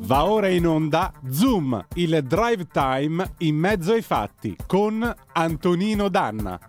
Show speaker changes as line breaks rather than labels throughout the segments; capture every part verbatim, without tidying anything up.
Va ora in onda Zoom, il drive time in mezzo ai fatti con Antonino Danna.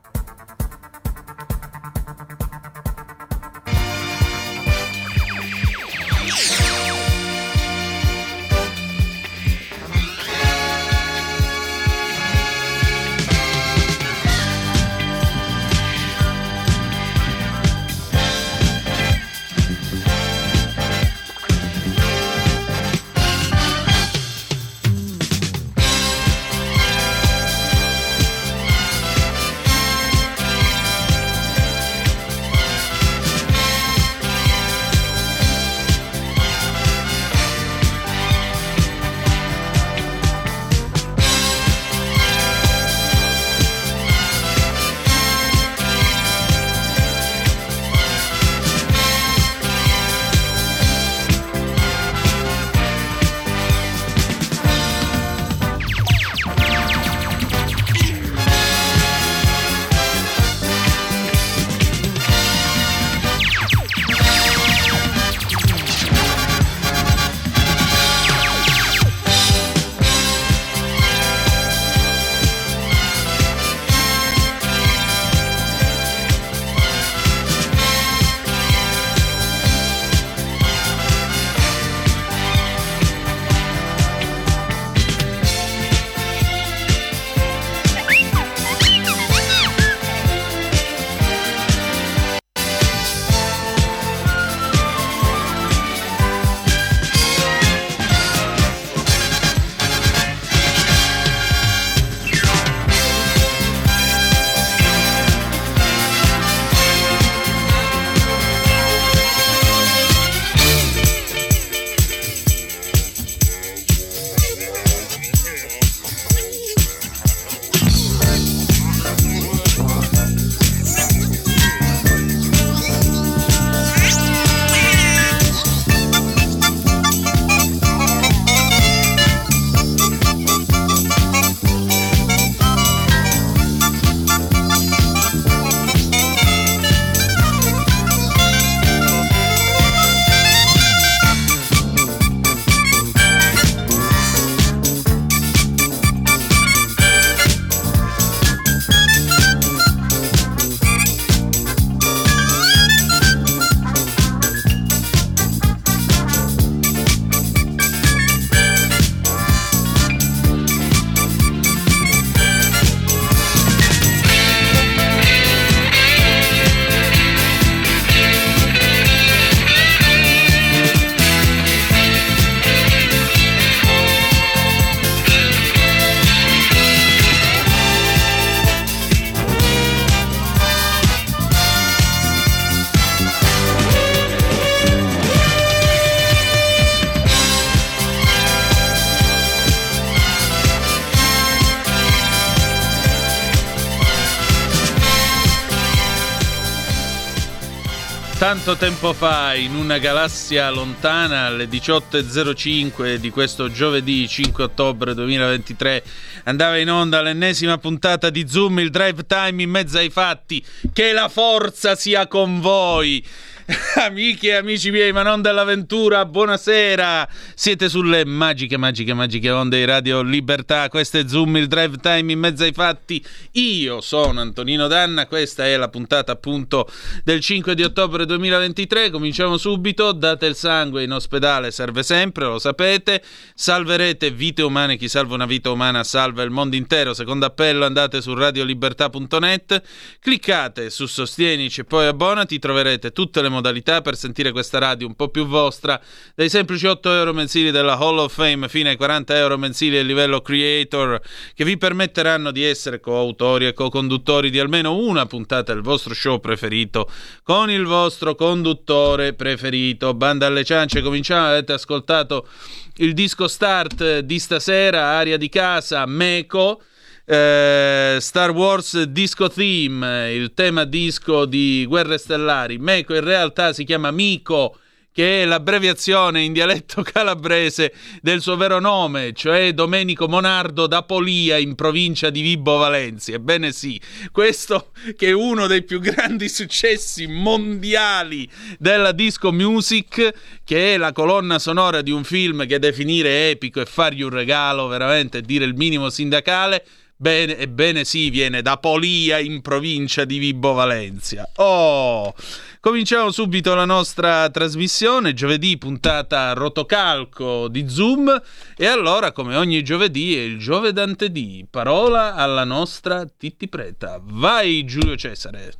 Tanto tempo fa, in una galassia lontana, alle diciotto e zero cinque di questo giovedì cinque ottobre duemilaventitré, andava in onda l'ennesima puntata di Zoom, il drive time in mezzo ai fatti. Che la forza sia con voi! Amiche e amici miei, ma non dell'avventura, buonasera. Siete sulle magiche, magiche, magiche onde di Radio Libertà. Questo è Zoom, il drive time in mezzo ai fatti. Io sono Antonino Danna, questa è la puntata appunto del cinque di ottobre duemilaventitré. Cominciamo subito. Date il sangue in ospedale, serve sempre, lo sapete. Salverete vite umane, chi salva una vita umana salva il mondo intero. Secondo appello, andate su radiolibertà punto net, cliccate su Sostienici e poi abbonati, troverete tutte le modalità per sentire questa radio un po' più vostra, dai semplici otto euro mensili della Hall of Fame fino ai quaranta euro mensili a livello creator, che vi permetteranno di essere coautori e co-conduttori di almeno una puntata del vostro show preferito con il vostro conduttore preferito. Banda alle ciance, cominciamo. Avete ascoltato il disco start di stasera, Aria di casa, Meco. Eh, Star Wars Disco Theme, il tema disco di Guerre Stellari. Meco in realtà si chiama Mico, che che è l'abbreviazione in dialetto calabrese del suo vero nome, cioè Domenico Monardo da Polia, in provincia di Vibo Valentia. Ebbene sì, questo che è uno dei più grandi successi mondiali della disco music, che è la colonna sonora di un film che definire epico e fargli un regalo, veramente dire il minimo sindacale. Bene, ebbene sì, viene da Polia, in provincia di Vibo Valentia. Oh, cominciamo subito la nostra trasmissione, giovedì puntata rotocalco di Zoom, e allora, come ogni giovedì, è il Giovedantedì. Parola alla nostra Titti Preta. Vai Giulio Cesare.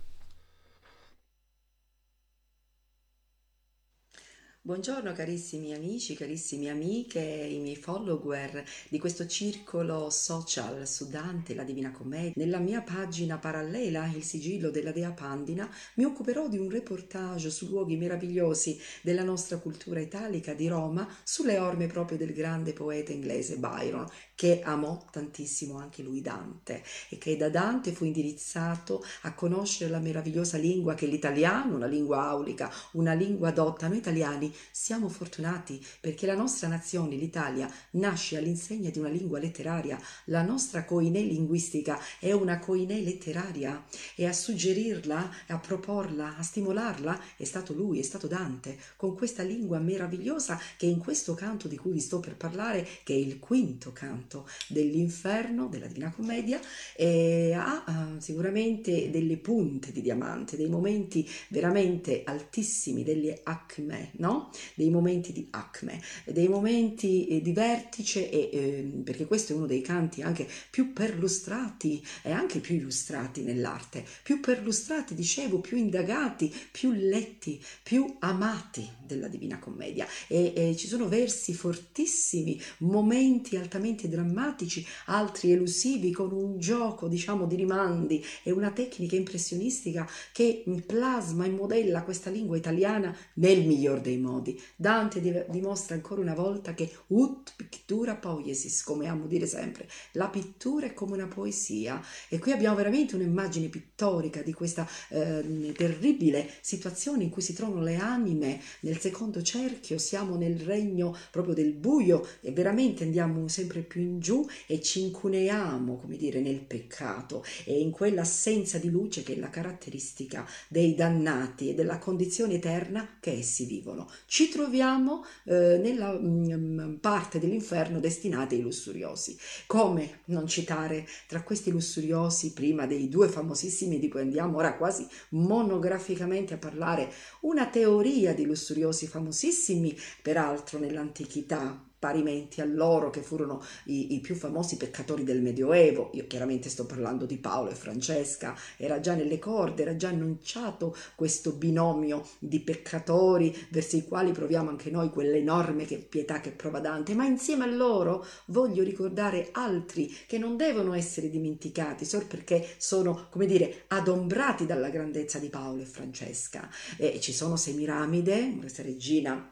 Buongiorno carissimi amici, carissime amiche, i miei follower di questo circolo social su Dante, la Divina Commedia. Nella mia pagina parallela, Il sigillo della Dea Pandina, mi occuperò di un reportage su luoghi meravigliosi della nostra cultura italica di Roma, sulle orme proprio del grande poeta inglese Byron, che amò tantissimo anche lui Dante, e che da Dante fu indirizzato a conoscere la meravigliosa lingua che è l'italiano, una lingua aulica, una lingua dotta. Noi italiani siamo fortunati perché la nostra nazione, l'Italia, nasce all'insegna di una lingua letteraria. La nostra coinè linguistica è una coinè letteraria, e a suggerirla, a proporla, a stimolarla è stato lui, è stato Dante, con questa lingua meravigliosa che in questo canto di cui vi sto per parlare, che è il quinto canto dell'Inferno della Divina Commedia, eh, ha eh, sicuramente delle punte di diamante, dei momenti veramente altissimi, delle acme, no? Dei momenti di acme, dei momenti eh, di vertice, e, eh, perché questo è uno dei canti anche più perlustrati e anche più illustrati nell'arte, più perlustrati, dicevo, più indagati, più letti, più amati della Divina Commedia, e, e ci sono versi fortissimi, momenti altamente drammatici, altri elusivi, con un gioco, diciamo, di rimandi e una tecnica impressionistica che plasma e modella questa lingua italiana nel miglior dei modi. Dante dimostra ancora una volta che ut pictura poiesis, come amo dire sempre, la pittura è come una poesia, e qui abbiamo veramente un'immagine pittorica di questa eh, terribile situazione in cui si trovano le anime nel secondo cerchio. Siamo nel regno proprio del buio, e veramente andiamo sempre più in giù e ci incuneiamo, come dire, nel peccato e in quell'assenza di luce che è la caratteristica dei dannati e della condizione eterna che essi vivono. Ci troviamo eh, nella mh, parte dell'inferno destinata ai lussuriosi. Come non citare tra questi lussuriosi, prima dei due famosissimi di cui andiamo ora quasi monograficamente a parlare, una teoria di lussuriosi famosissimi, peraltro nell'antichità, parimenti a loro che furono i, i più famosi peccatori del Medioevo. Io chiaramente sto parlando di Paolo e Francesca. Era già nelle corde, era già annunciato questo binomio di peccatori verso i quali proviamo anche noi quell'enorme che pietà che prova Dante, ma insieme a loro voglio ricordare altri che non devono essere dimenticati solo perché sono, come dire, adombrati dalla grandezza di Paolo e Francesca. E ci sono Semiramide, questa regina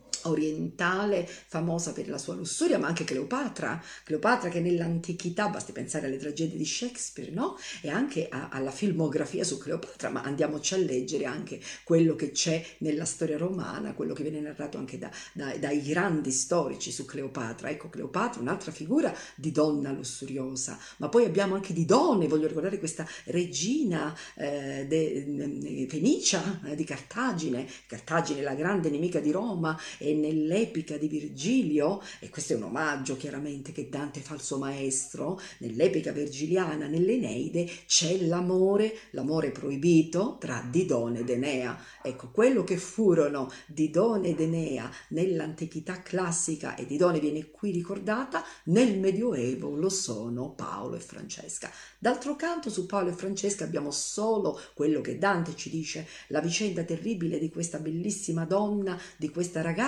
orientale famosa per la sua lussuria, ma anche Cleopatra, Cleopatra che nell'antichità, basti pensare alle tragedie di Shakespeare, no? E anche a, alla filmografia su Cleopatra, ma andiamoci a leggere anche quello che c'è nella storia romana, quello che viene narrato anche da, da, dai grandi storici su Cleopatra. Ecco, Cleopatra, un'altra figura di donna lussuriosa, ma poi abbiamo anche Didone, voglio ricordare questa regina eh, de, fenicia eh, di Cartagine, Cartagine la grande nemica di Roma, e nell'epica di Virgilio, e questo è un omaggio chiaramente che Dante fa al suo maestro, nell'epica virgiliana, nell'Eneide, c'è l'amore, l'amore proibito tra Didone ed Enea. Ecco, quello che furono Didone ed Enea nell'antichità classica, e Didone viene qui ricordata, nel Medioevo lo sono Paolo e Francesca. D'altro canto, su Paolo e Francesca abbiamo solo quello che Dante ci dice, la vicenda terribile di questa bellissima donna, di questa ragazza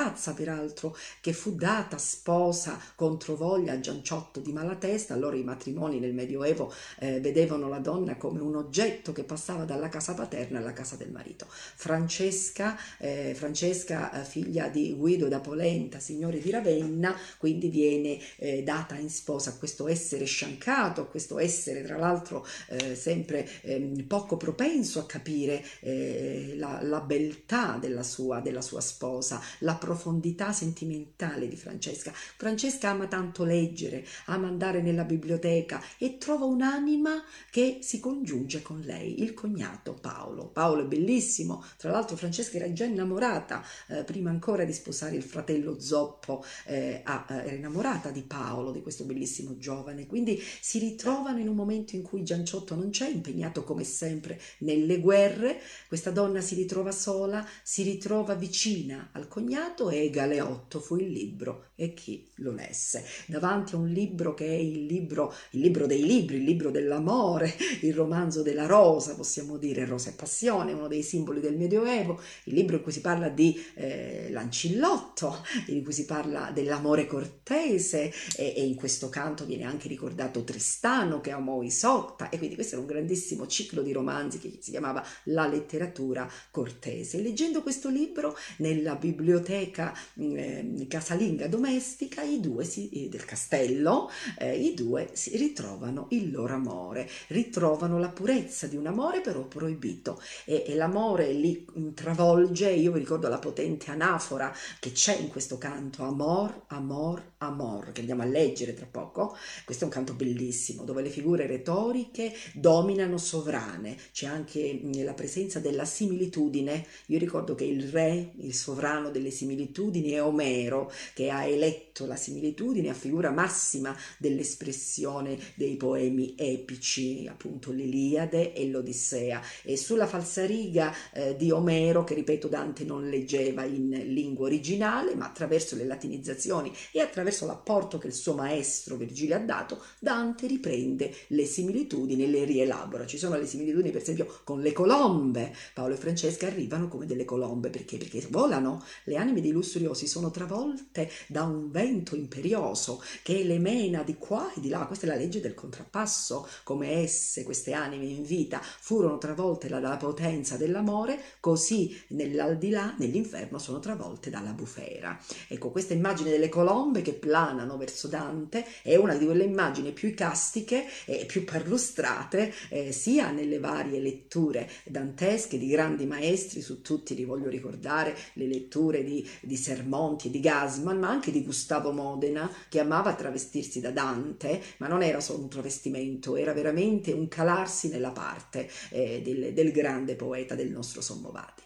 ragazza peraltro che fu data sposa contro voglia a Gianciotto di Malatesta. Allora i matrimoni nel Medioevo eh, vedevano la donna come un oggetto che passava dalla casa paterna alla casa del marito. Francesca, eh, Francesca figlia di Guido da Polenta, signore di Ravenna, quindi viene eh, data in sposa a questo essere sciancato, a questo essere tra l'altro eh, sempre eh, poco propenso a capire eh, la, la beltà della sua, della sua sposa, la profondità sentimentale di Francesca. Francesca ama tanto leggere, ama andare nella biblioteca e trova un'anima che si congiunge con lei, il cognato Paolo. Paolo è bellissimo, tra l'altro Francesca era già innamorata, eh, prima ancora di sposare il fratello Zoppo, eh, a, eh, era innamorata di Paolo, di questo bellissimo giovane, quindi si ritrovano in un momento in cui Gianciotto non c'è, impegnato come sempre nelle guerre. Questa donna si ritrova sola, si ritrova vicina al cognato e Galeotto fu il libro e chi lo lesse. Davanti a un libro che è il libro, il libro dei libri, il libro dell'amore, il romanzo della rosa, possiamo dire, Rosa e Passione, uno dei simboli del Medioevo, il libro in cui si parla di eh, Lancillotto, in cui si parla dell'amore cortese e, e in questo canto viene anche ricordato Tristano che amò Isotta, e quindi questo era un grandissimo ciclo di romanzi che si chiamava La letteratura cortese. Leggendo questo libro nella biblioteca eh, casalinga domestica, i due si, del castello, eh, i due si ritrovano il loro amore, ritrovano la purezza di un amore però proibito, e, e l'amore li travolge. Io vi ricordo la potente anafora che c'è in questo canto, amor, amor, amor, che andiamo a leggere tra poco. Questo è un canto bellissimo dove le figure retoriche dominano sovrane, c'è anche la presenza della similitudine. Io ricordo che il re, il sovrano delle similitudini, è Omero, che ha eletto la similitudine a figura massima dell'espressione dei poemi epici, appunto l'Iliade e l'Odissea. E sulla falsariga eh, di Omero, che ripeto Dante non leggeva in lingua originale ma attraverso le latinizzazioni e attraverso l'apporto che il suo maestro Virgilio ha dato, Dante riprende le similitudini e le rielabora. Ci sono le similitudini per esempio con le colombe. Paolo e Francesca arrivano come delle colombe perché? Perché volano. Le anime dei lussuriosi sono travolte da un vento imperioso che le mena di qua e di là. Questa è la legge del contrappasso, come esse, queste anime in vita, furono travolte dalla potenza dell'amore, così nell'aldilà, nell'inferno, sono travolte dalla bufera. Ecco, questa immagine delle colombe che planano verso Dante è una di quelle immagini più icastiche e più perlustrate eh, sia nelle varie letture dantesche di grandi maestri. Su tutti li voglio ricordare le letture di, di Sermonti e di Gassman, ma anche di Gustavo Modena, che amava travestirsi da Dante, ma non era solo un travestimento, era veramente un calarsi nella parte eh, del, del grande poeta del nostro Sommovati.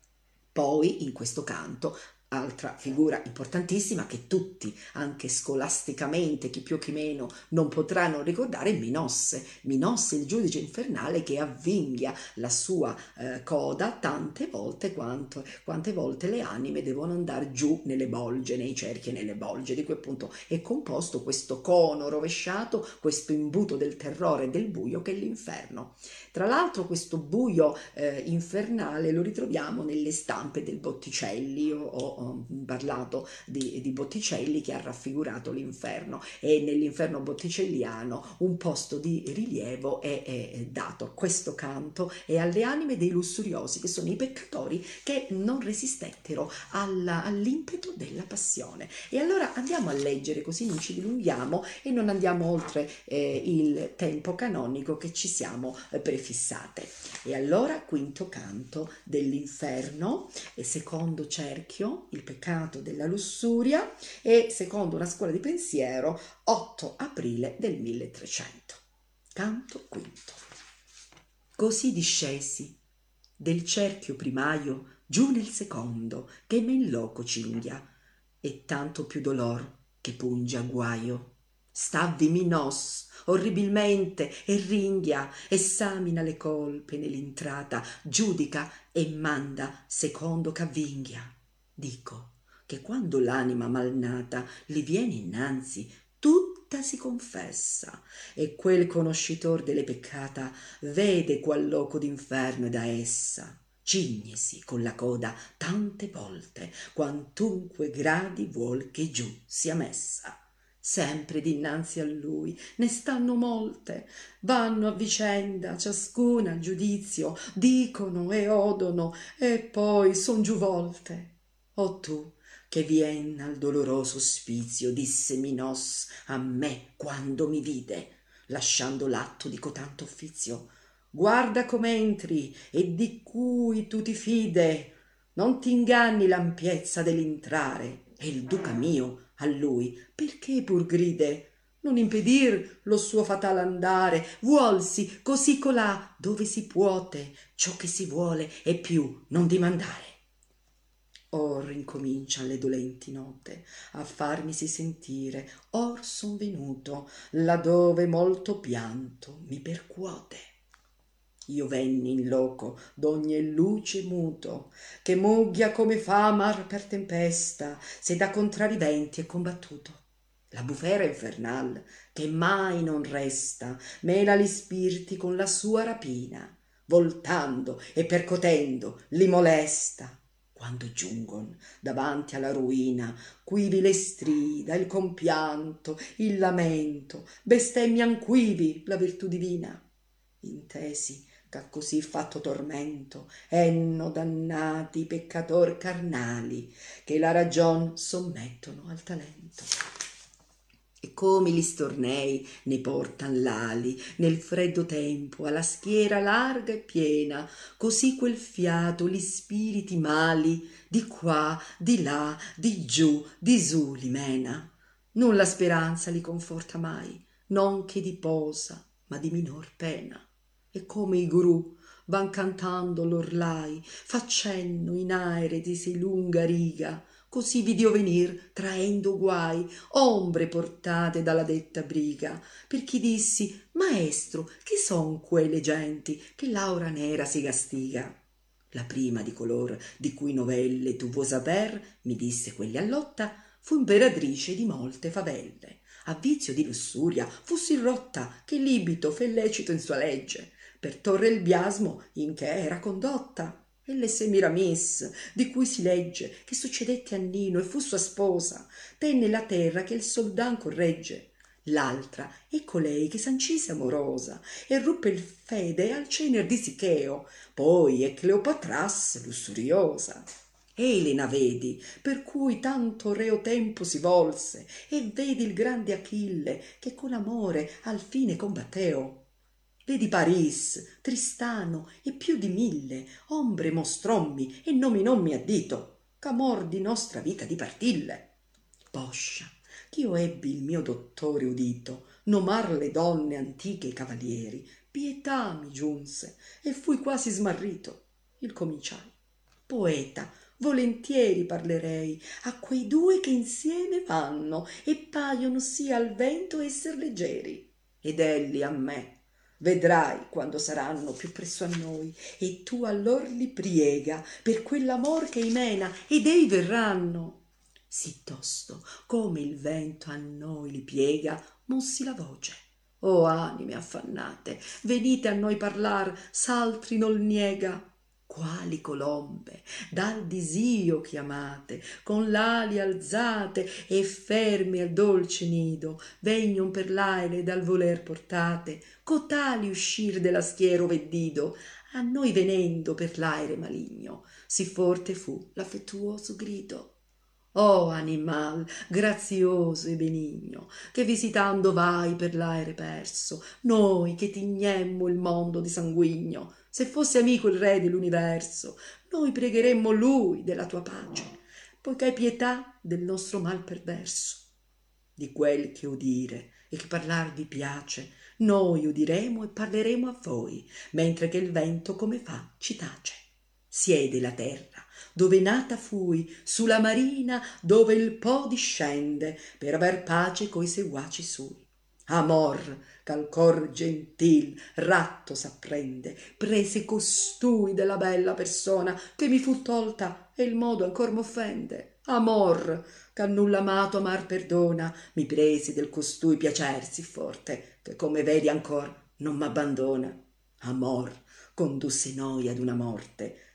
Poi in questo canto, altra figura importantissima che tutti, anche scolasticamente, chi più chi meno, non potranno ricordare, è Minosse. Minosse, il giudice infernale che avvinghia la sua eh, coda tante volte quanto, quante volte le anime devono andare giù nelle bolge, nei cerchi e nelle bolge, di cui appunto è composto questo cono rovesciato, questo imbuto del terrore e del buio che è l'inferno. Tra l'altro questo buio eh, infernale lo ritroviamo nelle stampe del Botticelli. Io ho ho parlato di, di Botticelli che ha raffigurato l'inferno, e nell'inferno botticelliano un posto di rilievo è, è dato a questo canto e alle anime dei lussuriosi, che sono i peccatori che non resistettero alla, all'impeto della passione. E allora andiamo a leggere, così non ci dilunghiamo e non andiamo oltre eh, il tempo canonico che ci siamo eh, prefissate. E allora quinto canto dell'inferno, e secondo cerchio, il peccato della lussuria, e secondo una scuola di pensiero otto aprile del milletrecento. Canto quinto. Così discesi del cerchio primaio giù nel secondo che men loco cinghia, e tanto più dolor che punge a guaio. Stavvi Minos orribilmente e ringhia, esamina le colpe nell'intrata, giudica e manda secondo ch'avvinghia. Dico che quando l'anima malnata li viene innanzi, tutta si confessa, e quel conoscitor delle peccata vede qual loco d'inferno è da essa. cignesi con la coda tante volte, quantunque gradi vuol che giù sia messa. Sempre dinanzi a lui ne stanno molte, vanno a vicenda, ciascuna a giudizio, dicono e odono, e poi son giù volte. O tu, che vien al doloroso ospizio, disse Minos a me quando mi vide, lasciando l'atto di cotanto offizio: guarda com'entri e di cui tu ti fide, non t'inganni l'ampiezza dell'intrare, e il duca mio a lui perché pur gride, non impedir lo suo fatal andare, vuolsi così colà dove si puote ciò che si vuole e più non dimandare. Or incomincian le dolenti note a farmisi sentire, or son venuto laddove molto pianto mi percuote. Io venni in loco d'ogni luce muto, che mugghia come fa mar per tempesta, se da contrari venti è combattuto. La bufera infernal, che mai non resta, mena li spiriti con la sua rapina, voltando e percotendo li molesta. Quando giungon davanti alla ruina, quivi le strida, il compianto, il lamento, bestemmian quivi la virtù divina. Intesi ch'a così fatto tormento enno dannati i peccator carnali, che la ragion sommettono al talento. E come li stornei ne portan l'ali nel freddo tempo alla schiera larga e piena, così quel fiato li spiriti mali di qua, di là, di giù, di su li mena. Non la speranza li conforta mai, non che di posa, ma di minor pena. E come i gru van cantando l'orlai, faccenno in aere di sì lunga riga, così vidio venir traendo guai ombre portate dalla detta briga, per chi dissi: maestro, chi son quelle genti che l'aura nera si gastiga? La prima di color di cui novelle tu vuoi saper, mi disse quelli a lotta, fu imperatrice di molte favelle, a vizio di lussuria fussi rotta, che libito fe lecito in sua legge, per torre il biasmo in che era condotta. E le Semiramis, di cui si legge che succedette a Nino e fu sua sposa, tenne la terra che il soldan corregge. L'altra è colei che s'ancise amorosa e ruppe il fede al cener di Sicheo, poi è Cleopatras lussuriosa. Elena vedi, per cui tanto reo tempo si volse, e vedi il grande Achille che con amore al fine combatteo. Vedi Paris, Tristano e più di mille ombre mostrommi e nominommi a dito, ch'amor di nostra vita dipartille. Poscia ch'io ebbi il mio dottore udito nomar le donne antiche e cavalieri, pietà mi giunse e fui quasi smarrito. Il cominciai: poeta, volentieri parlerei a quei due che insieme vanno e paiono sì al vento esser leggeri, ed elli a me. Vedrai quando saranno più presso a noi, e tu allor li priega per quell'amor che imena, ed ei verranno. Sì tosto come il vento a noi li piega, mossi la voce: o anime affannate, venite a noi parlar, s'altri nol niega. Quali colombe dal disio chiamate, con l'ali alzate e ferme al dolce nido, vegnon per l'aere dal voler portate, cotali uscir della schiero veddido, a noi venendo per l'aere maligno, sì forte fu l'affettuoso grido. Oh animal grazioso e benigno, che visitando vai per l'aere perso, noi che tignemmo il mondo di sanguigno, se fosse amico il re dell'universo, noi pregheremmo lui della tua pace, poiché hai pietà del nostro mal perverso. Di quel che udire e che parlar vi piace, noi udiremo e parleremo a voi, mentre che il vento come fa ci tace. Siede la terra dove nata fui, su la marina dove il Po discende, per aver pace coi seguaci sui. Amor ch'al cor gentil ratto s'apprende, prese costui della bella persona che mi fu tolta e il modo ancor m'offende. Amor ch'a nulla amato amar perdona, mi prese del costui piacer sì forte, che come vedi ancor non m'abbandona. Amor condusse noi ad una morte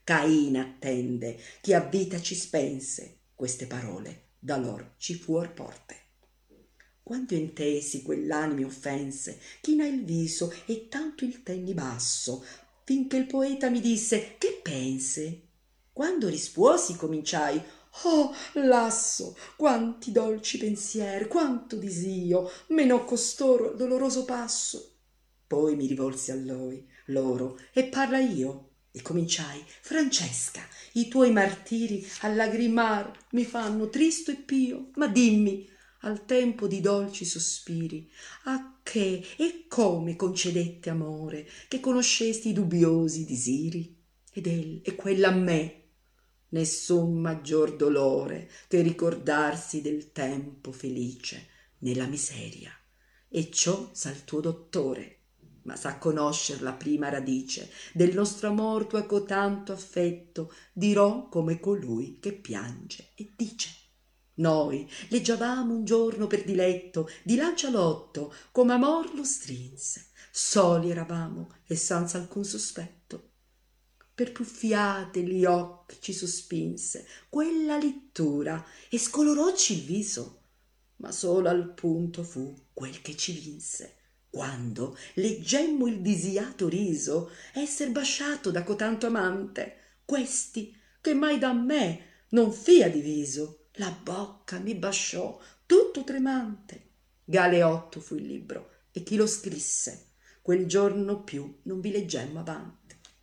Cain attende, chi a vita ci spense, queste parole da lor ci fuor porte. Quando intesi quell'anime offense, china il viso e tanto il tenni basso, finché il poeta mi disse: che pense? Quando rispuosi cominciai: oh, lasso, quanti dolci pensier, quanto disio, menò costoro al doloroso passo. Poi mi rivolsi a loi, loro, e parla io, e cominciai: Francesca, i tuoi martiri a lagrimar mi fanno tristo e pio, ma dimmi, al tempo di dolci sospiri, a che e come concedette amore, che conoscesti i dubbiosi disiri? Ed el e quella a me, nessun maggior dolore che ricordarsi del tempo felice nella miseria, e ciò sa il tuo dottore, ma sa conoscer la prima radice del nostro amor tuo cotanto affetto, dirò come colui che piange e dice: noi leggiavamo un giorno per diletto di lancialotto, come amor lo strinse, soli eravamo e senza alcun sospetto. Per più fiate gli occhi ci sospinse quella lettura e scolorocci il viso, ma solo al punto fu quel che ci vinse, quando leggemmo il disiato riso esser basciato da cotanto amante, questi che mai da me non fia diviso, la bocca mi basciò tutto tremante. Galeotto fu il libro e chi lo scrisse, quel giorno più non vi leggemmo avanti.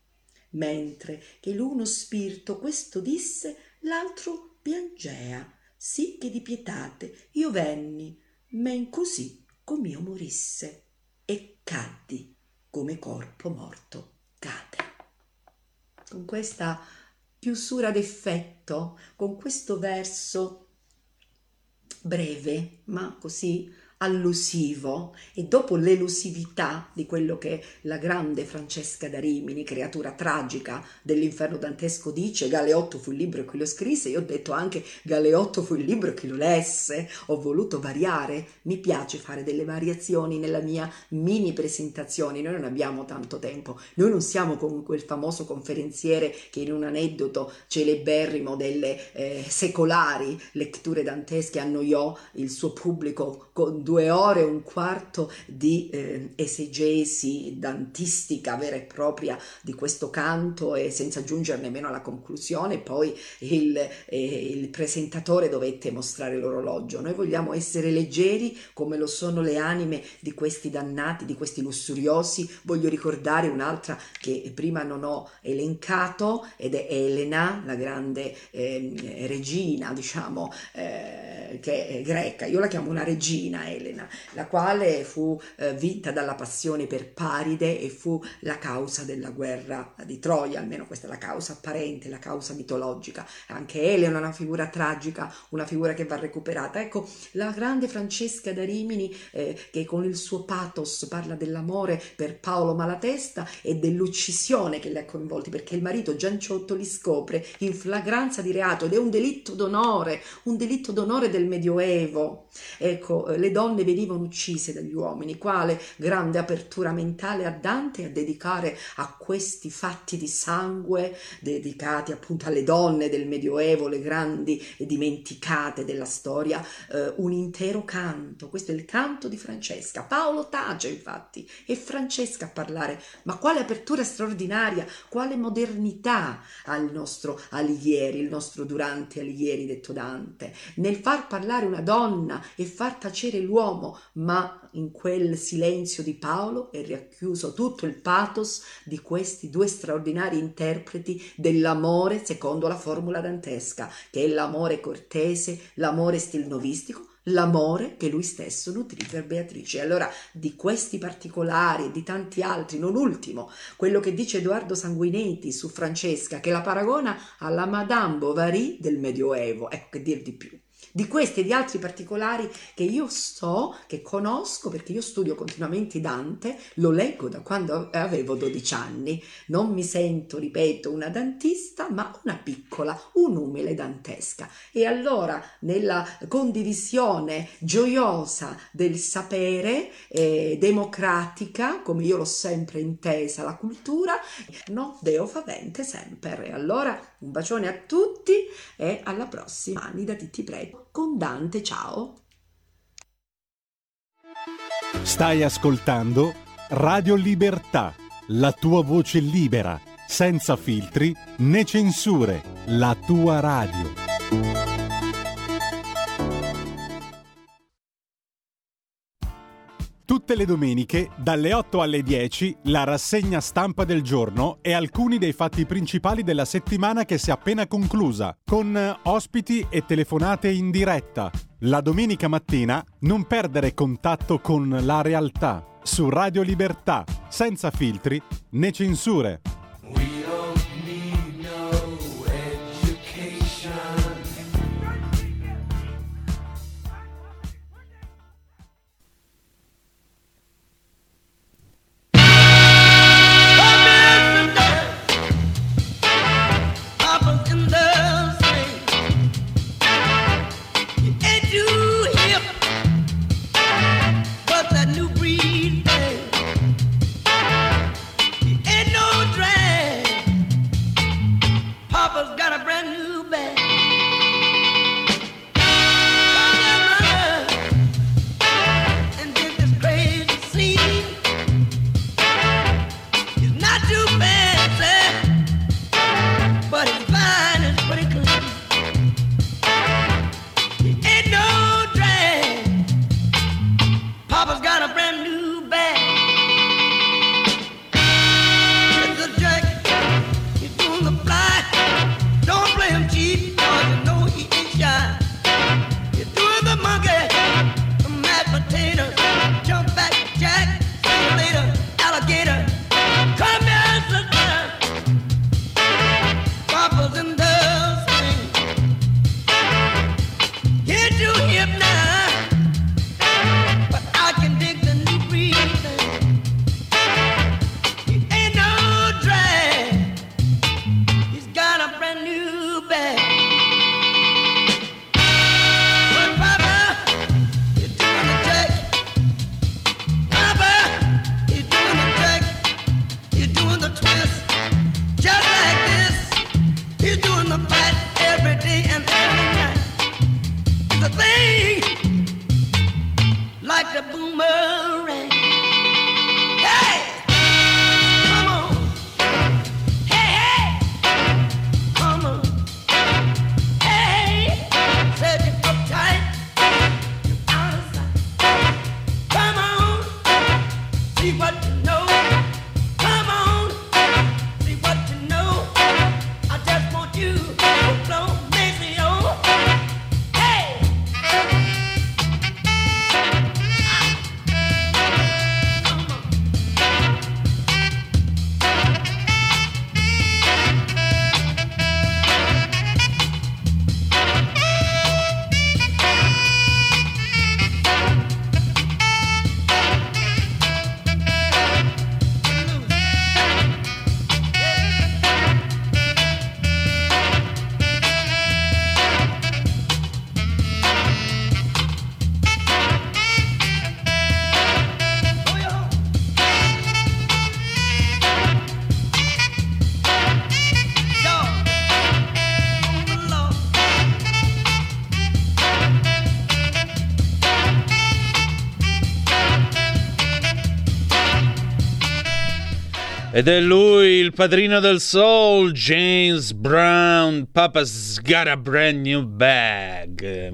Mentre che l'uno spirito questo disse, l'altro piangea, sì che di pietate io venni, men così com'io morisse, e caddi come corpo morto cade. Con questa chiusura d'effetto, con questo verso breve ma così allusivo, e dopo l'elusività di quello che la grande Francesca da Rimini, creatura tragica dell'inferno dantesco, dice: Galeotto fu il libro e chi lo scrisse, io ho detto anche Galeotto fu il libro e chi lo lesse. Ho voluto variare, mi piace fare delle variazioni nella mia mini presentazione. Noi non abbiamo tanto tempo, noi non siamo come quel famoso conferenziere che in un aneddoto celeberrimo delle eh, secolari letture dantesche annoiò il suo pubblico con due ore e un quarto di eh, esegesi dantistica vera e propria di questo canto, e senza giungere nemmeno alla conclusione poi il, eh, il presentatore dovette mostrare l'orologio. Noi vogliamo essere leggeri come lo sono le anime di questi dannati, di questi lussuriosi. Voglio ricordare un'altra che prima non ho elencato, ed è Elena, la grande eh, regina, diciamo, eh, che è greca. Io la chiamo una regina, Elena, la quale fu eh, vinta dalla passione per Paride e fu la causa della guerra di Troia, almeno questa è la causa apparente, la causa mitologica. Anche Elena è una figura tragica, una figura che va recuperata. Ecco, la grande Francesca da Rimini eh, che con il suo pathos parla dell'amore per Paolo Malatesta e dell'uccisione che le ha coinvolti, perché il marito Gianciotto li scopre in flagranza di reato ed è un delitto d'onore, un delitto d'onore del Medioevo. Ecco, le donne venivano uccise dagli uomini. Quale grande apertura mentale a Dante a dedicare a questi fatti di sangue, dedicati appunto alle donne del Medioevo, le grandi dimenticate della storia, eh, un intero canto. Questo è il canto di Francesca. Paolo tace infatti, è Francesca a parlare, ma quale apertura straordinaria, quale modernità ha il nostro Alighieri, il nostro Durante Alighieri detto Dante, nel far parlare una donna e far tacere l'uomo, ma in quel silenzio di Paolo è racchiuso tutto il pathos di questi due straordinari interpreti dell'amore secondo la formula dantesca, che è l'amore cortese, l'amore stilnovistico, l'amore che lui stesso nutrì per Beatrice. Allora, di questi particolari e di tanti altri, non ultimo quello che dice Edoardo Sanguinetti su Francesca, che la paragona alla Madame Bovary del Medioevo, ecco, che dir di più. di questi e di altri particolari che io so, che conosco, perché io studio continuamente Dante, lo leggo da quando avevo dodici anni. Non mi sento, ripeto, una dantista, ma una piccola, un'umile dantesca. E allora, nella condivisione gioiosa del sapere, eh, democratica, come io l'ho sempre intesa la cultura, no deo favente sempre. E allora un bacione a tutti e alla prossima. Anni da Titti Preti con Dante, ciao.
Stai ascoltando Radio Libertà, la tua voce libera, senza filtri né censure, la tua radio. Tutte le domeniche, dalle otto alle dieci, la rassegna stampa del giorno e alcuni dei fatti principali della settimana che si è appena conclusa, con ospiti e telefonate in diretta. La domenica mattina non perdere contatto con la realtà, su Radio Libertà, senza filtri né censure.
Ed è lui, il padrino del soul, James Brown, Papa's Got a Brand New Bag,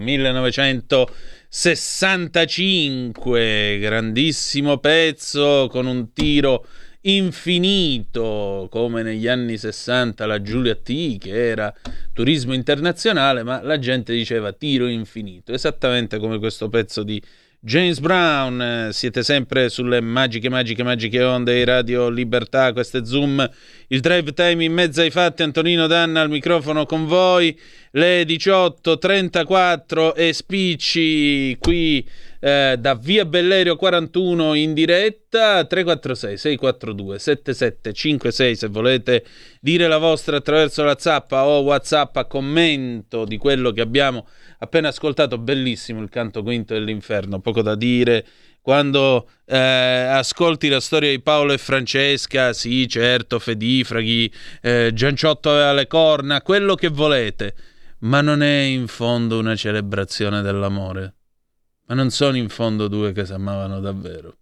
millenovecentosessantacinque, grandissimo pezzo con un tiro infinito, come negli anni sessanta la Giulia T, che era turismo internazionale, ma la gente diceva tiro infinito, esattamente come questo pezzo di James Brown. Siete sempre sulle magiche, magiche, magiche onde di Radio Libertà. Questo è Zoom, il drive time in mezzo ai fatti. Antonino Danna al microfono con voi. Le diciotto e trentaquattro e spicci qui eh, da via Bellerio quarantuno in diretta. Tre quattro sei sei quattro due sette sette cinque sei se volete dire la vostra attraverso la zappa o WhatsApp a commento di quello che abbiamo appena ascoltato. Bellissimo il canto quinto dell'inferno, poco da dire. Quando eh, ascolti la storia di Paolo e Francesca, sì certo, fedifraghi, eh, Gianciotto aveva le corna, quello che volete, ma non è in fondo una celebrazione dell'amore? Ma non sono in fondo due che si amavano davvero?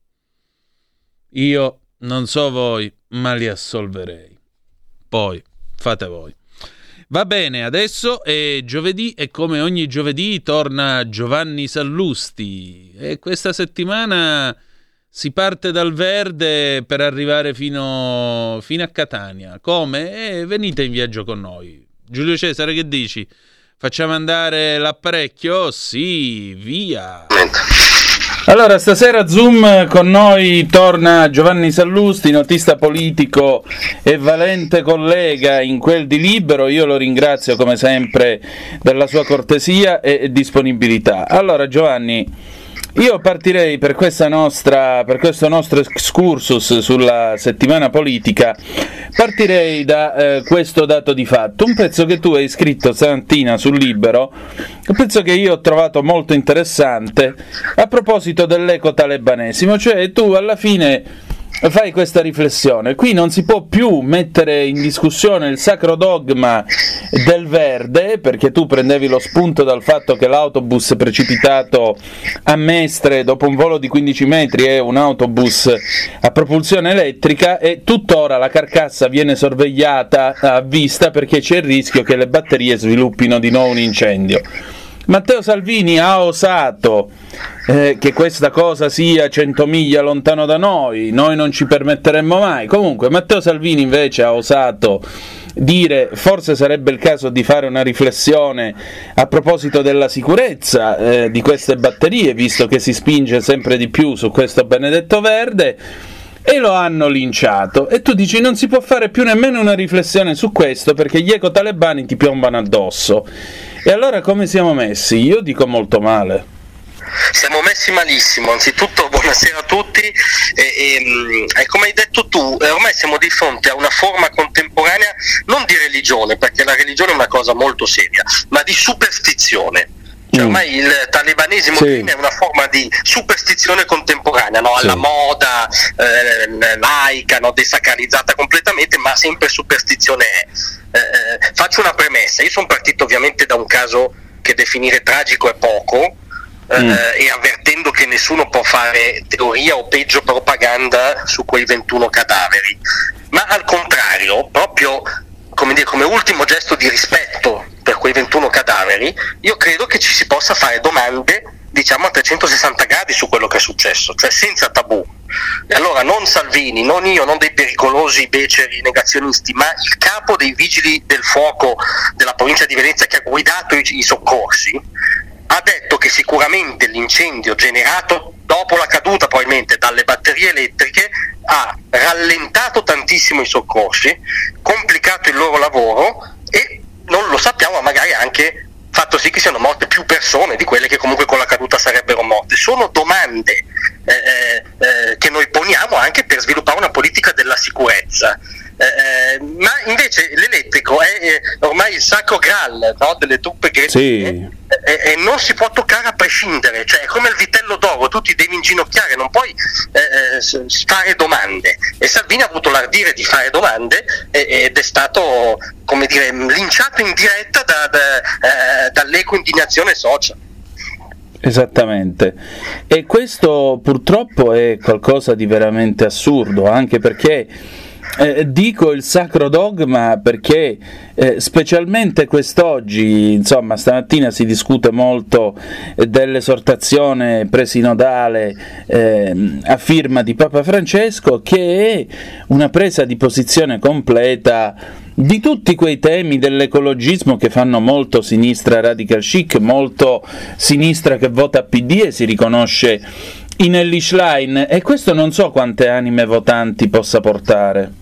Io non so voi, ma li assolverei. Poi fate voi. Va bene, adesso è giovedì e come ogni giovedì torna Giovanni Sallusti e questa settimana si parte dal Verde per arrivare fino, fino a Catania. Come? Eh, venite in viaggio con noi. Giulio Cesare, che dici? Facciamo andare l'apparecchio? Sì, via! Allora, stasera Zoom con noi torna Giovanni Sallusti, notista politico e valente collega in quel di Libero. Io lo ringrazio come sempre della sua cortesia e disponibilità. Allora Giovanni, io partirei per questa nostra, per questo nostro excursus sulla settimana politica, partirei da eh, questo dato di fatto, un pezzo che tu hai scritto stamattina sul Libero, un pezzo che io ho trovato molto interessante a proposito dell'eco-talebanesimo, cioè tu alla fine fai questa riflessione: qui non si può più mettere in discussione il sacro dogma del Verde, perché tu prendevi lo spunto dal fatto che l'autobus precipitato a Mestre dopo un volo di quindici metri è un autobus a propulsione elettrica e tuttora la carcassa viene sorvegliata a vista perché c'è il rischio che le batterie sviluppino di nuovo un incendio. Matteo Salvini ha osato eh, che questa cosa sia cento miglia lontano da noi, noi non ci permetteremmo mai. Comunque Matteo Salvini invece ha osato dire forse sarebbe il caso di fare una riflessione a proposito della sicurezza eh, di queste batterie, visto che si spinge sempre di più su questo benedetto Verde, e lo hanno linciato. E tu dici non si può fare più nemmeno una riflessione su questo perché gli ecotalebani ti piombano addosso. E allora come siamo messi? Io dico molto male.
Siamo messi malissimo. Anzitutto buonasera a tutti e, e, e come hai detto tu, ormai siamo di fronte a una forma contemporanea non di religione, perché la religione è una cosa molto seria, ma di superstizione. Cioè, ormai il talibanesimo sì. è una forma di superstizione contemporanea, no? Alla sì. moda, eh, laica, no? desacralizzata completamente, ma sempre superstizione è. Eh, faccio una premessa: io sono partito ovviamente da un caso che definire tragico è poco, eh, mm. e avvertendo che nessuno può fare teoria o peggio propaganda su quei ventuno cadaveri, ma al contrario, proprio come dire, come ultimo gesto di rispetto per quei ventuno cadaveri, io credo che ci si possa fare domande, diciamo, a trecentosessanta gradi su quello che è successo, cioè senza tabù. E allora non Salvini, non io, non dei pericolosi beceri negazionisti, ma il capo dei vigili del fuoco della provincia di Venezia che ha guidato i, i soccorsi, ha detto che sicuramente l'incendio generato dopo la caduta probabilmente dalle batterie elettriche ha rallentato tantissimo i soccorsi, complicato il loro lavoro e non lo sappiamo, ma magari anche fatto sì che siano morte più persone di quelle che comunque con la caduta sarebbero morte. Sono domande eh, eh, che noi poniamo anche per sviluppare una politica della sicurezza. Eh, ma invece l'elettrico è, è ormai il sacro graal, no, delle truppe greche, sì. e, e non si può toccare a prescindere, cioè è come il vitello d'oro, tu ti devi inginocchiare, non puoi eh, fare domande, e Salvini ha avuto l'ardire di fare domande e, ed è stato, come dire, linciato in diretta da, da, eh, dall'eco indignazione social.
Esattamente, e questo purtroppo è qualcosa di veramente assurdo, anche perché Eh, dico il sacro dogma perché eh, specialmente quest'oggi, insomma stamattina si discute molto eh, dell'esortazione presinodale eh, a firma di Papa Francesco, che è una presa di posizione completa di tutti quei temi dell'ecologismo che fanno molto sinistra radical chic, molto sinistra che vota P D e si riconosce in Elly Schlein, e questo non so quante anime votanti possa portare.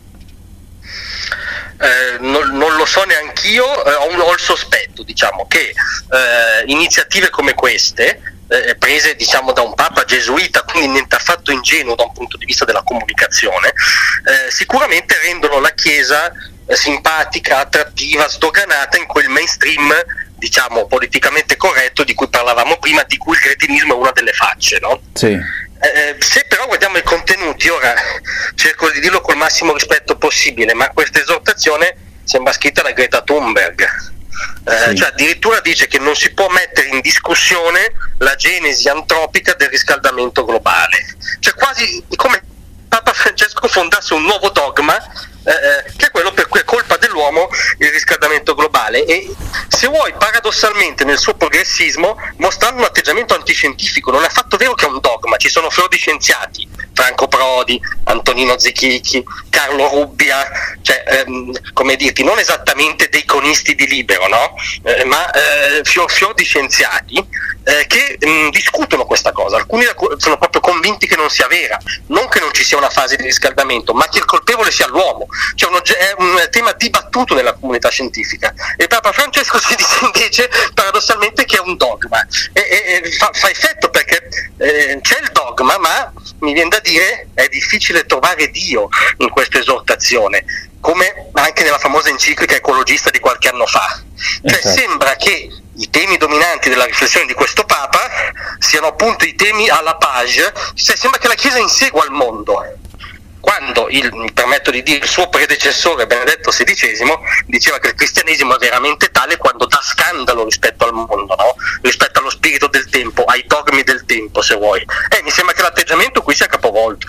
Eh, non, non lo so neanch'io, eh, ho, un, ho il sospetto, diciamo, che eh, iniziative come queste, eh, prese diciamo da un papa gesuita, quindi niente affatto ingenuo da un punto di vista della comunicazione, eh, sicuramente rendono la Chiesa eh, simpatica, attrattiva, sdoganata in quel mainstream, diciamo, politicamente corretto di cui parlavamo prima, di cui il cretinismo è una delle facce, no?
Sì.
Eh, se però guardiamo i contenuti, ora cerco di dirlo col massimo rispetto possibile, ma questa esortazione sembra scritta da Greta Thunberg, eh, sì. Cioè addirittura dice che non si può mettere in discussione la genesi antropica del riscaldamento globale, cioè quasi come Papa Francesco fondasse un nuovo dogma, eh, che è quello per cui è colpa dell'uomo il riscaldamento globale, e se vuoi paradossalmente nel suo progressismo mostrando un atteggiamento antiscientifico. Non è affatto vero che è un dogma, ci sono fior di scienziati, Franco Prodi, Antonino Zecchichi, Carlo Rubbia, cioè ehm, come dirti, non esattamente dei conisti di Libero, no? Eh, ma eh, fior, fior di scienziati eh, che mh, discutono questa cosa. Alcuni sono proprio convinti che non sia vera, non che non ci sia una fase di riscaldamento, ma che il colpevole sia l'uomo. Cioè un, è un tema dibattuto nella comunità scientifica, e Papa Francesco si dice invece paradossalmente che è un dogma, e, e, e fa, fa effetto perché eh, c'è il dogma, ma mi viene da dire è difficile trovare Dio in questa esortazione, come anche nella famosa enciclica ecologista di qualche anno fa. Cioè esatto. Sembra che i temi dominanti della riflessione di questo Papa siano appunto i temi alla page, cioè sembra che la Chiesa insegua il mondo, quando il, mi permetto di dire, il suo predecessore Benedetto sedicesimo diceva che il cristianesimo è veramente tale quando dà scandalo rispetto al mondo, no? Rispetto allo spirito del tempo, ai dogmi del tempo, se vuoi. E mi sembra che l'atteggiamento qui sia capovolto.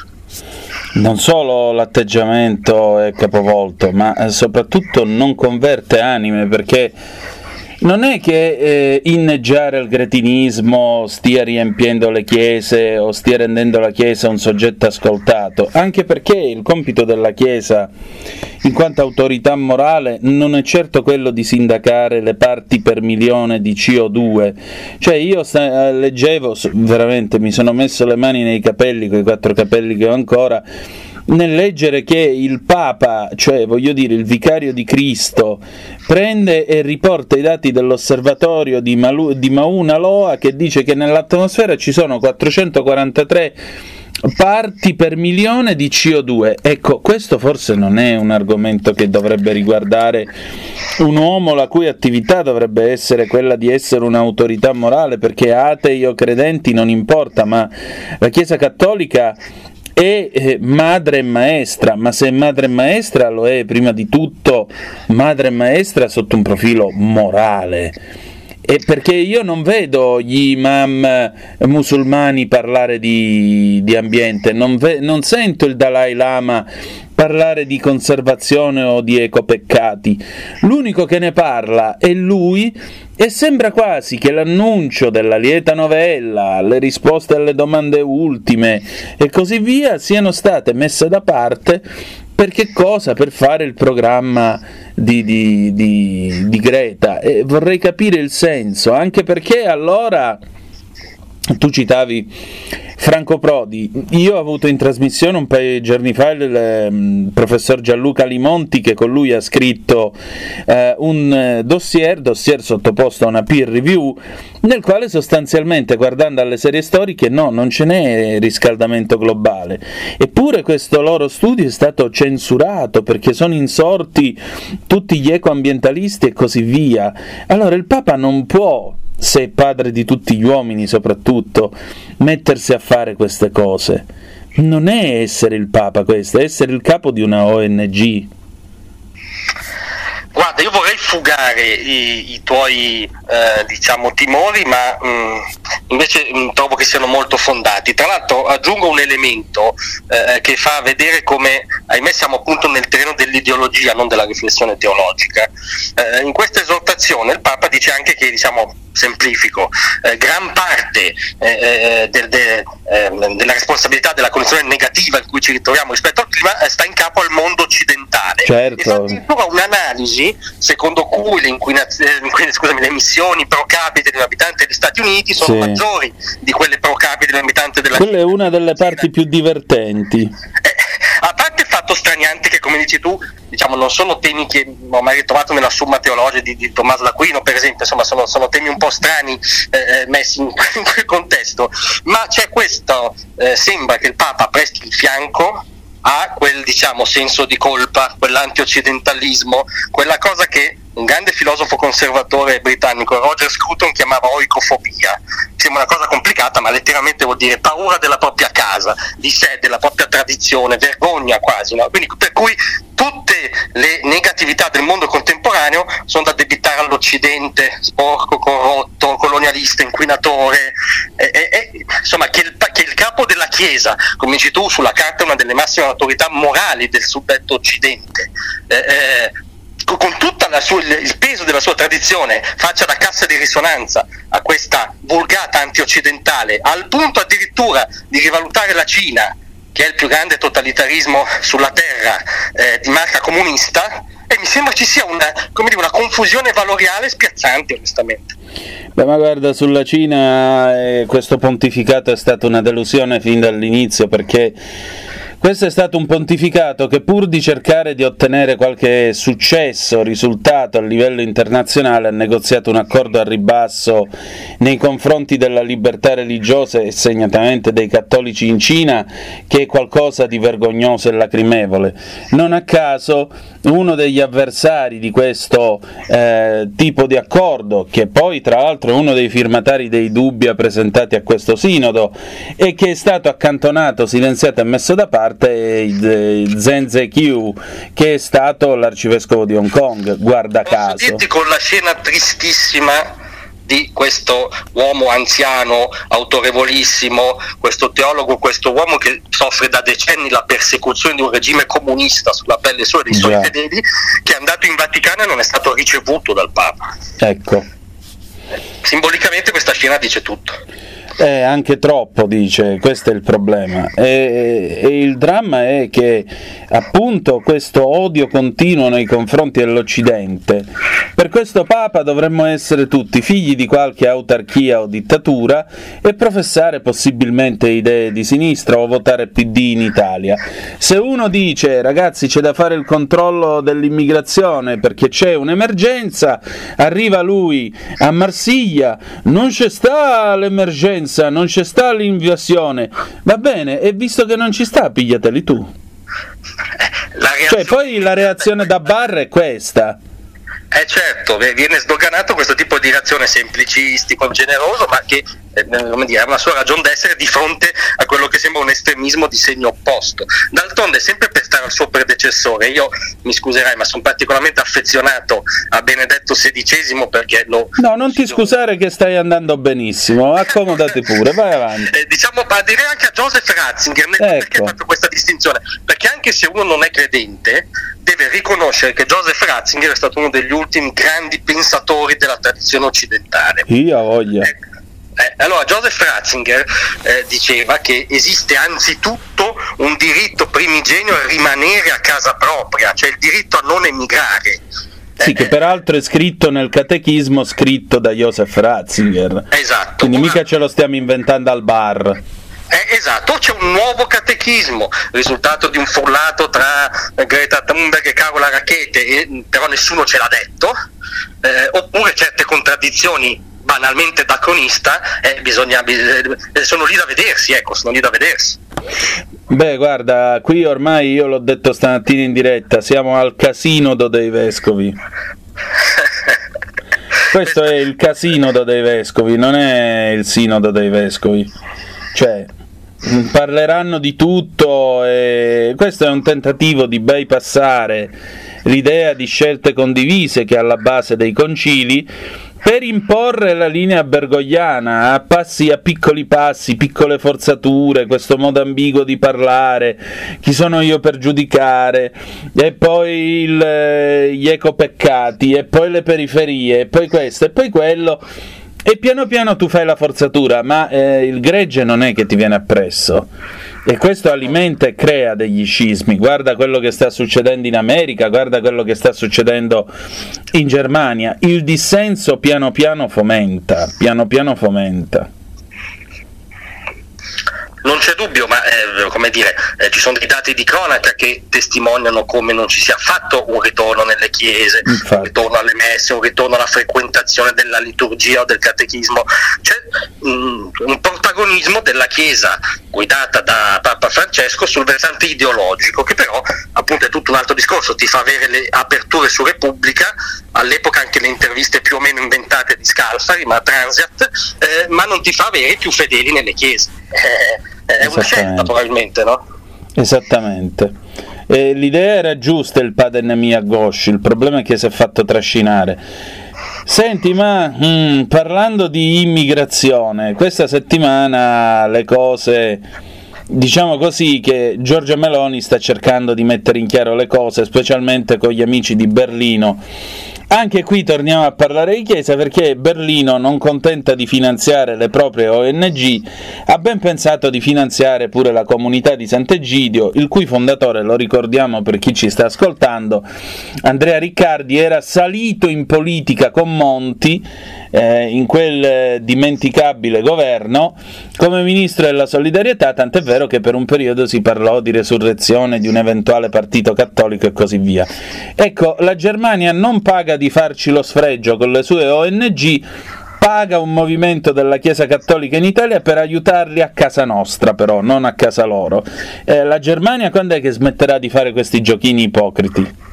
Non solo l'atteggiamento è capovolto, ma soprattutto non converte anime, perché non è che eh, inneggiare al cretinismo stia riempiendo le chiese o stia rendendo la Chiesa un soggetto ascoltato, anche perché il compito della Chiesa in quanto autorità morale non è certo quello di sindacare le parti per milione di C O due. Cioè io sta, leggevo, veramente mi sono messo le mani nei capelli, quei quattro capelli che ho ancora, nel leggere che il Papa, cioè voglio dire il vicario di Cristo, prende e riporta i dati dell'osservatorio di, Malu- di Mauna Loa, che dice che nell'atmosfera ci sono quattrocentoquarantatré parti per milione di C O due. Ecco, questo forse non è un argomento che dovrebbe riguardare un uomo la cui attività dovrebbe essere quella di essere un'autorità morale, perché atei o credenti non importa, ma la Chiesa Cattolica è eh, madre e maestra, ma se è madre e maestra lo è prima di tutto madre e maestra sotto un profilo morale. E perché io non vedo gli imam musulmani parlare di, di ambiente, non, ve, non sento il Dalai Lama parlare di conservazione o di ecopeccati. L'unico che ne parla è lui, e sembra quasi che l'annuncio della lieta novella, le risposte alle domande ultime e così via siano state messe da parte. Per che cosa? Per fare il programma di, di, di, di Greta, e vorrei capire il senso, anche perché allora tu citavi Franco Prodi, io ho avuto in trasmissione un paio di giorni fa il eh, professor Gianluca Limonti, che con lui ha scritto eh, un dossier, dossier sottoposto a una peer review, nel quale sostanzialmente, guardando alle serie storiche, no, non ce n'è riscaldamento globale, eppure questo loro studio è stato censurato perché sono insorti tutti gli ecoambientalisti e così via. Allora il Papa non può, se è padre di tutti gli uomini soprattutto, mettersi a fare queste cose. Non è essere il Papa questo, è essere il capo di una O N G.
Guarda, io vorrei fugare i, i tuoi eh, diciamo timori, ma mh, invece mh, trovo che siano molto fondati. Tra l'altro aggiungo un elemento eh, che fa vedere come, ahimè, siamo appunto nel terreno dell'ideologia, non della riflessione teologica. Eh, in questa esortazione il Papa dice anche che, diciamo, semplifico, eh, gran parte eh, del, de, eh, della responsabilità della condizione negativa in cui ci ritroviamo rispetto al clima eh, sta in capo al mondo occidentale.
Certo.
E fa addirittura un'analisi secondo cui le, inquinazioni, scusami, le emissioni pro capite di un abitante degli Stati Uniti sono
sì.
maggiori di quelle pro capite di un abitante della
Quella
Cina.
è una delle parti più divertenti.
Eh, a parte il fatto straniante che, come dici tu, diciamo, non sono temi che ho mai ritrovato nella Summa Theologica di, di Tommaso d'Aquino, per esempio, insomma sono, sono temi un po' strani eh, messi in, in quel contesto, ma c'è questo, eh, sembra che il Papa presti il fianco a quel, diciamo, senso di colpa, quell'anti-occidentalismo, quella cosa che un grande filosofo conservatore britannico, Roger Scruton, chiamava oicofobia. Sembra una cosa complicata, ma letteralmente vuol dire paura della propria casa, di sé, della propria tradizione, vergogna quasi, no? Quindi, per cui tutte le negatività del mondo contemporaneo sono da addebitare all'Occidente sporco, corrotto, colonialista, inquinatore, e, e, e, insomma che il, che il capo della Chiesa, come dici tu, sulla carta è una delle massime autorità morali del suddetto Occidente, eh, eh, con tutto il peso della sua tradizione faccia da cassa di risonanza a questa vulgata anti-occidentale, al punto addirittura di rivalutare la Cina, che è il più grande totalitarismo sulla terra eh, di marca comunista, e mi sembra ci sia una, come dire, una confusione valoriale spiazzante, onestamente.
Beh, ma guarda, sulla Cina eh, questo pontificato è stata una delusione fin dall'inizio, perché questo è stato un pontificato che, pur di cercare di ottenere qualche successo, risultato a livello internazionale, ha negoziato un accordo a ribasso nei confronti della libertà religiosa e segnatamente dei cattolici in Cina, che è qualcosa di vergognoso e lacrimevole. Non a caso uno degli avversari di questo eh, tipo di accordo, che poi tra l'altro è uno dei firmatari dei dubbi presentati a questo sinodo e che è stato accantonato, silenziato e messo da parte, Zheng Zeqiu, che è stato l'arcivescovo di Hong Kong, guarda
Posso
caso.
dirti, con la scena tristissima di questo uomo anziano, autorevolissimo, questo teologo, questo uomo che soffre da decenni la persecuzione di un regime comunista sulla pelle sua e dei suoi
Già.
fedeli, che è andato in Vaticano e non è stato ricevuto dal Papa.
Ecco.
Simbolicamente questa scena dice tutto.
Eh, anche troppo, dice, questo è il problema, e, e il dramma è che appunto questo odio continuo nei confronti dell'Occidente, per questo Papa dovremmo essere tutti figli di qualche autarchia o dittatura e professare possibilmente idee di sinistra o votare P D in Italia. Se uno dice ragazzi c'è da fare il controllo dell'immigrazione perché c'è un'emergenza, arriva lui a Marsiglia, non c'è sta l'emergenza, non c'è sta l'invasione, va bene, e visto che non ci sta, pigliateli tu.
La reazione...
Cioè, poi la reazione da bar è questa.
Eh certo, viene sdoganato questo tipo di reazione semplicistico, generoso, ma che eh, come dire, ha una sua ragion d'essere di fronte a quello che sembra un estremismo di segno opposto. D'altronde, sempre per stare al suo predecessore, io mi scuserai, ma sono particolarmente affezionato a Benedetto sedicesimo perché lo...
No, non ti scusare che stai andando benissimo, accomodati pure, vai avanti.
Eh, diciamo, ma direi anche a Joseph Ratzinger, ecco. Perché ho fatto questa distinzione? Perché anche se uno non è credente, deve riconoscere che Joseph Ratzinger è stato uno degli ultimi grandi pensatori della tradizione occidentale.
Io voglia.
Eh, eh, allora, Joseph Ratzinger eh, diceva che esiste anzitutto un diritto primigenio a rimanere a casa propria, cioè il diritto a non emigrare.
Sì, che peraltro è scritto nel catechismo scritto da Joseph Ratzinger.
Esatto.
Quindi
Una...
mica ce lo stiamo inventando al bar.
Eh, esatto, c'è un nuovo catechismo, risultato di un frullato tra Greta Thunberg e Carola Rackete, e, però nessuno ce l'ha detto, eh, oppure certe contraddizioni banalmente da cronista, eh, bisogna, eh, sono lì da vedersi, ecco, sono lì da vedersi.
Beh, guarda, qui ormai io l'ho detto stamattina in diretta, siamo al casinodo dei vescovi. Questo è il casinodo dei vescovi, non è il sinodo dei vescovi. Cioè, parleranno di tutto e questo è un tentativo di bypassare l'idea di scelte condivise che è alla base dei concili per imporre la linea bergogliana a passi, a piccoli passi, piccole forzature, questo modo ambiguo di parlare, chi sono io per giudicare, e poi il, gli ecopeccati, e poi le periferie, e poi questo, e poi quello, e piano piano tu fai la forzatura, ma eh, il gregge non è che ti viene appresso. E questo alimenta e crea degli scismi. Guarda quello che sta succedendo in America, guarda quello che sta succedendo in Germania. Il dissenso piano piano fomenta, piano piano fomenta.
Non c'è dubbio, ma eh, come dire, eh, ci sono dei dati di cronaca che testimoniano come non ci sia affatto un ritorno nelle chiese,
Infatti.
un ritorno alle messe, un ritorno alla frequentazione della liturgia o del catechismo. C'è um, un protagonismo della Chiesa guidata da Papa Francesco sul versante ideologico, che però appunto è tutto un altro discorso, ti fa avere le aperture su Repubblica, all'epoca anche le interviste più o meno inventate di Scalfari, ma Transiat, eh, ma non ti fa avere più fedeli nelle chiese. Eh, è una scelta probabilmente, no?
Esattamente. E l'idea era giusta, il padre Nemia Ghosh, il problema è che si è fatto trascinare. Senti, ma mm, parlando di immigrazione, questa settimana le cose, diciamo così, che Giorgia Meloni sta cercando di mettere in chiaro le cose, specialmente con gli amici di Berlino. Anche qui torniamo a parlare di Chiesa, perché Berlino, non contenta di finanziare le proprie O N G, ha ben pensato di finanziare pure la comunità di Sant'Egidio, il cui fondatore, lo ricordiamo per chi ci sta ascoltando, Andrea Riccardi, era salito in politica con Monti, eh, in quel eh, dimenticabile governo, come ministro della solidarietà, tant'è vero che per un periodo si parlò di resurrezione di un eventuale partito cattolico e così via. Ecco, la Germania non paga di farci lo sfregio con le sue O N G, paga un movimento della Chiesa Cattolica in Italia per aiutarli a casa nostra, però, non a casa loro. Eh, la Germania quando è che smetterà di fare questi giochini ipocriti?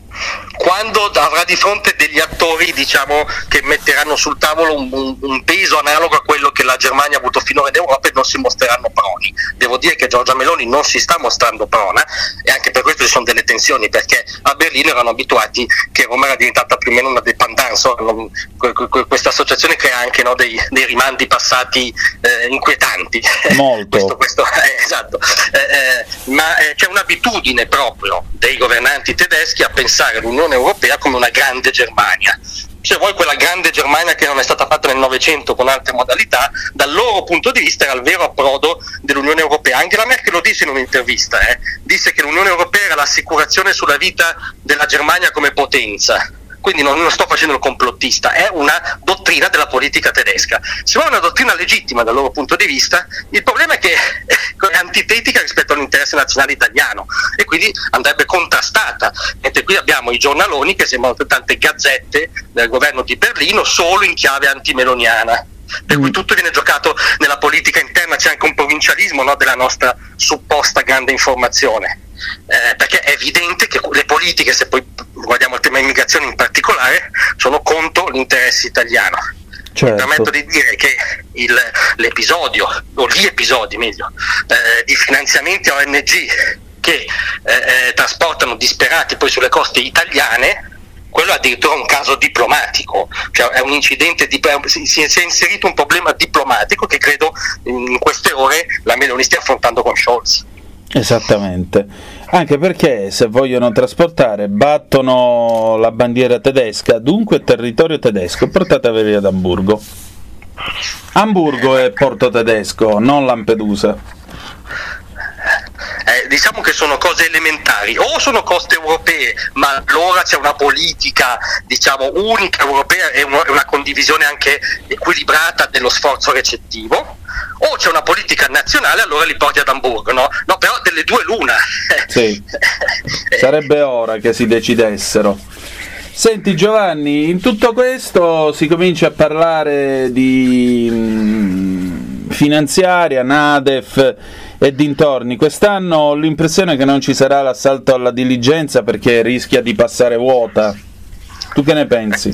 Quando avrà di fronte degli attori, diciamo, che metteranno sul tavolo un, un, un peso analogo a quello che la Germania ha avuto finora in Europa e non si mostreranno proni. Devo dire che Giorgia Meloni non si sta mostrando prona e anche per questo ci sono delle tensioni, perché a Berlino erano abituati che Roma era diventata più o meno una dépendance. Questa associazione crea anche, no, dei, dei rimandi passati eh, inquietanti.
Molto.
questo, questo, eh, esatto. Eh, eh, ma eh, c'è un'abitudine proprio dei governanti tedeschi a pensare l'Unione Europea come una grande Germania. Se vuoi, quella grande Germania che non è stata fatta nel Novecento con altre modalità, dal loro punto di vista era il vero approdo dell'Unione Europea. Angela Merkel lo disse in un'intervista, eh? disse che l'Unione Europea era l'assicurazione sulla vita della Germania come potenza. Quindi non, non sto facendo il complottista, è una dottrina della politica tedesca. Se vuoi, è una dottrina legittima dal loro punto di vista, il problema è che è antitetica rispetto all'interesse nazionale italiano e quindi andrebbe contrastata. Mentre qui abbiamo i giornaloni che sembrano tante gazzette del governo di Berlino solo in chiave antimeloniana. Per cui tutto viene giocato nella politica interna, c'è anche un provincialismo, no, della nostra supposta grande informazione. Eh, perché è evidente che le politiche, se poi guardiamo il tema immigrazione in particolare, sono contro l'interesse italiano.
Certo.
Mi permetto di dire che il, l'episodio, o gli episodi meglio, eh, di finanziamenti a O N G che eh, trasportano disperati poi sulle coste italiane, quello è addirittura un caso diplomatico, cioè è un incidente, di, si, si è inserito un problema diplomatico che credo in queste ore la Meloni stia affrontando con Scholz.
Esattamente, anche perché se vogliono trasportare battono la bandiera tedesca, dunque territorio tedesco, portateveli ad Amburgo. Hamburgo è porto tedesco, non Lampedusa.
Eh, diciamo che sono cose elementari, o sono coste europee, ma allora c'è una politica, diciamo, unica europea e una, una condivisione anche equilibrata dello sforzo recettivo, o c'è una politica nazionale, allora li porti ad Amburgo, no? No, però delle due l'una.
Sì, sarebbe ora che si decidessero. Senti Giovanni, in tutto questo si comincia a parlare di mh, finanziaria, Nadef e dintorni. Quest'anno ho l'impressione che non ci sarà l'assalto alla diligenza perché rischia di passare vuota. Tu che ne pensi?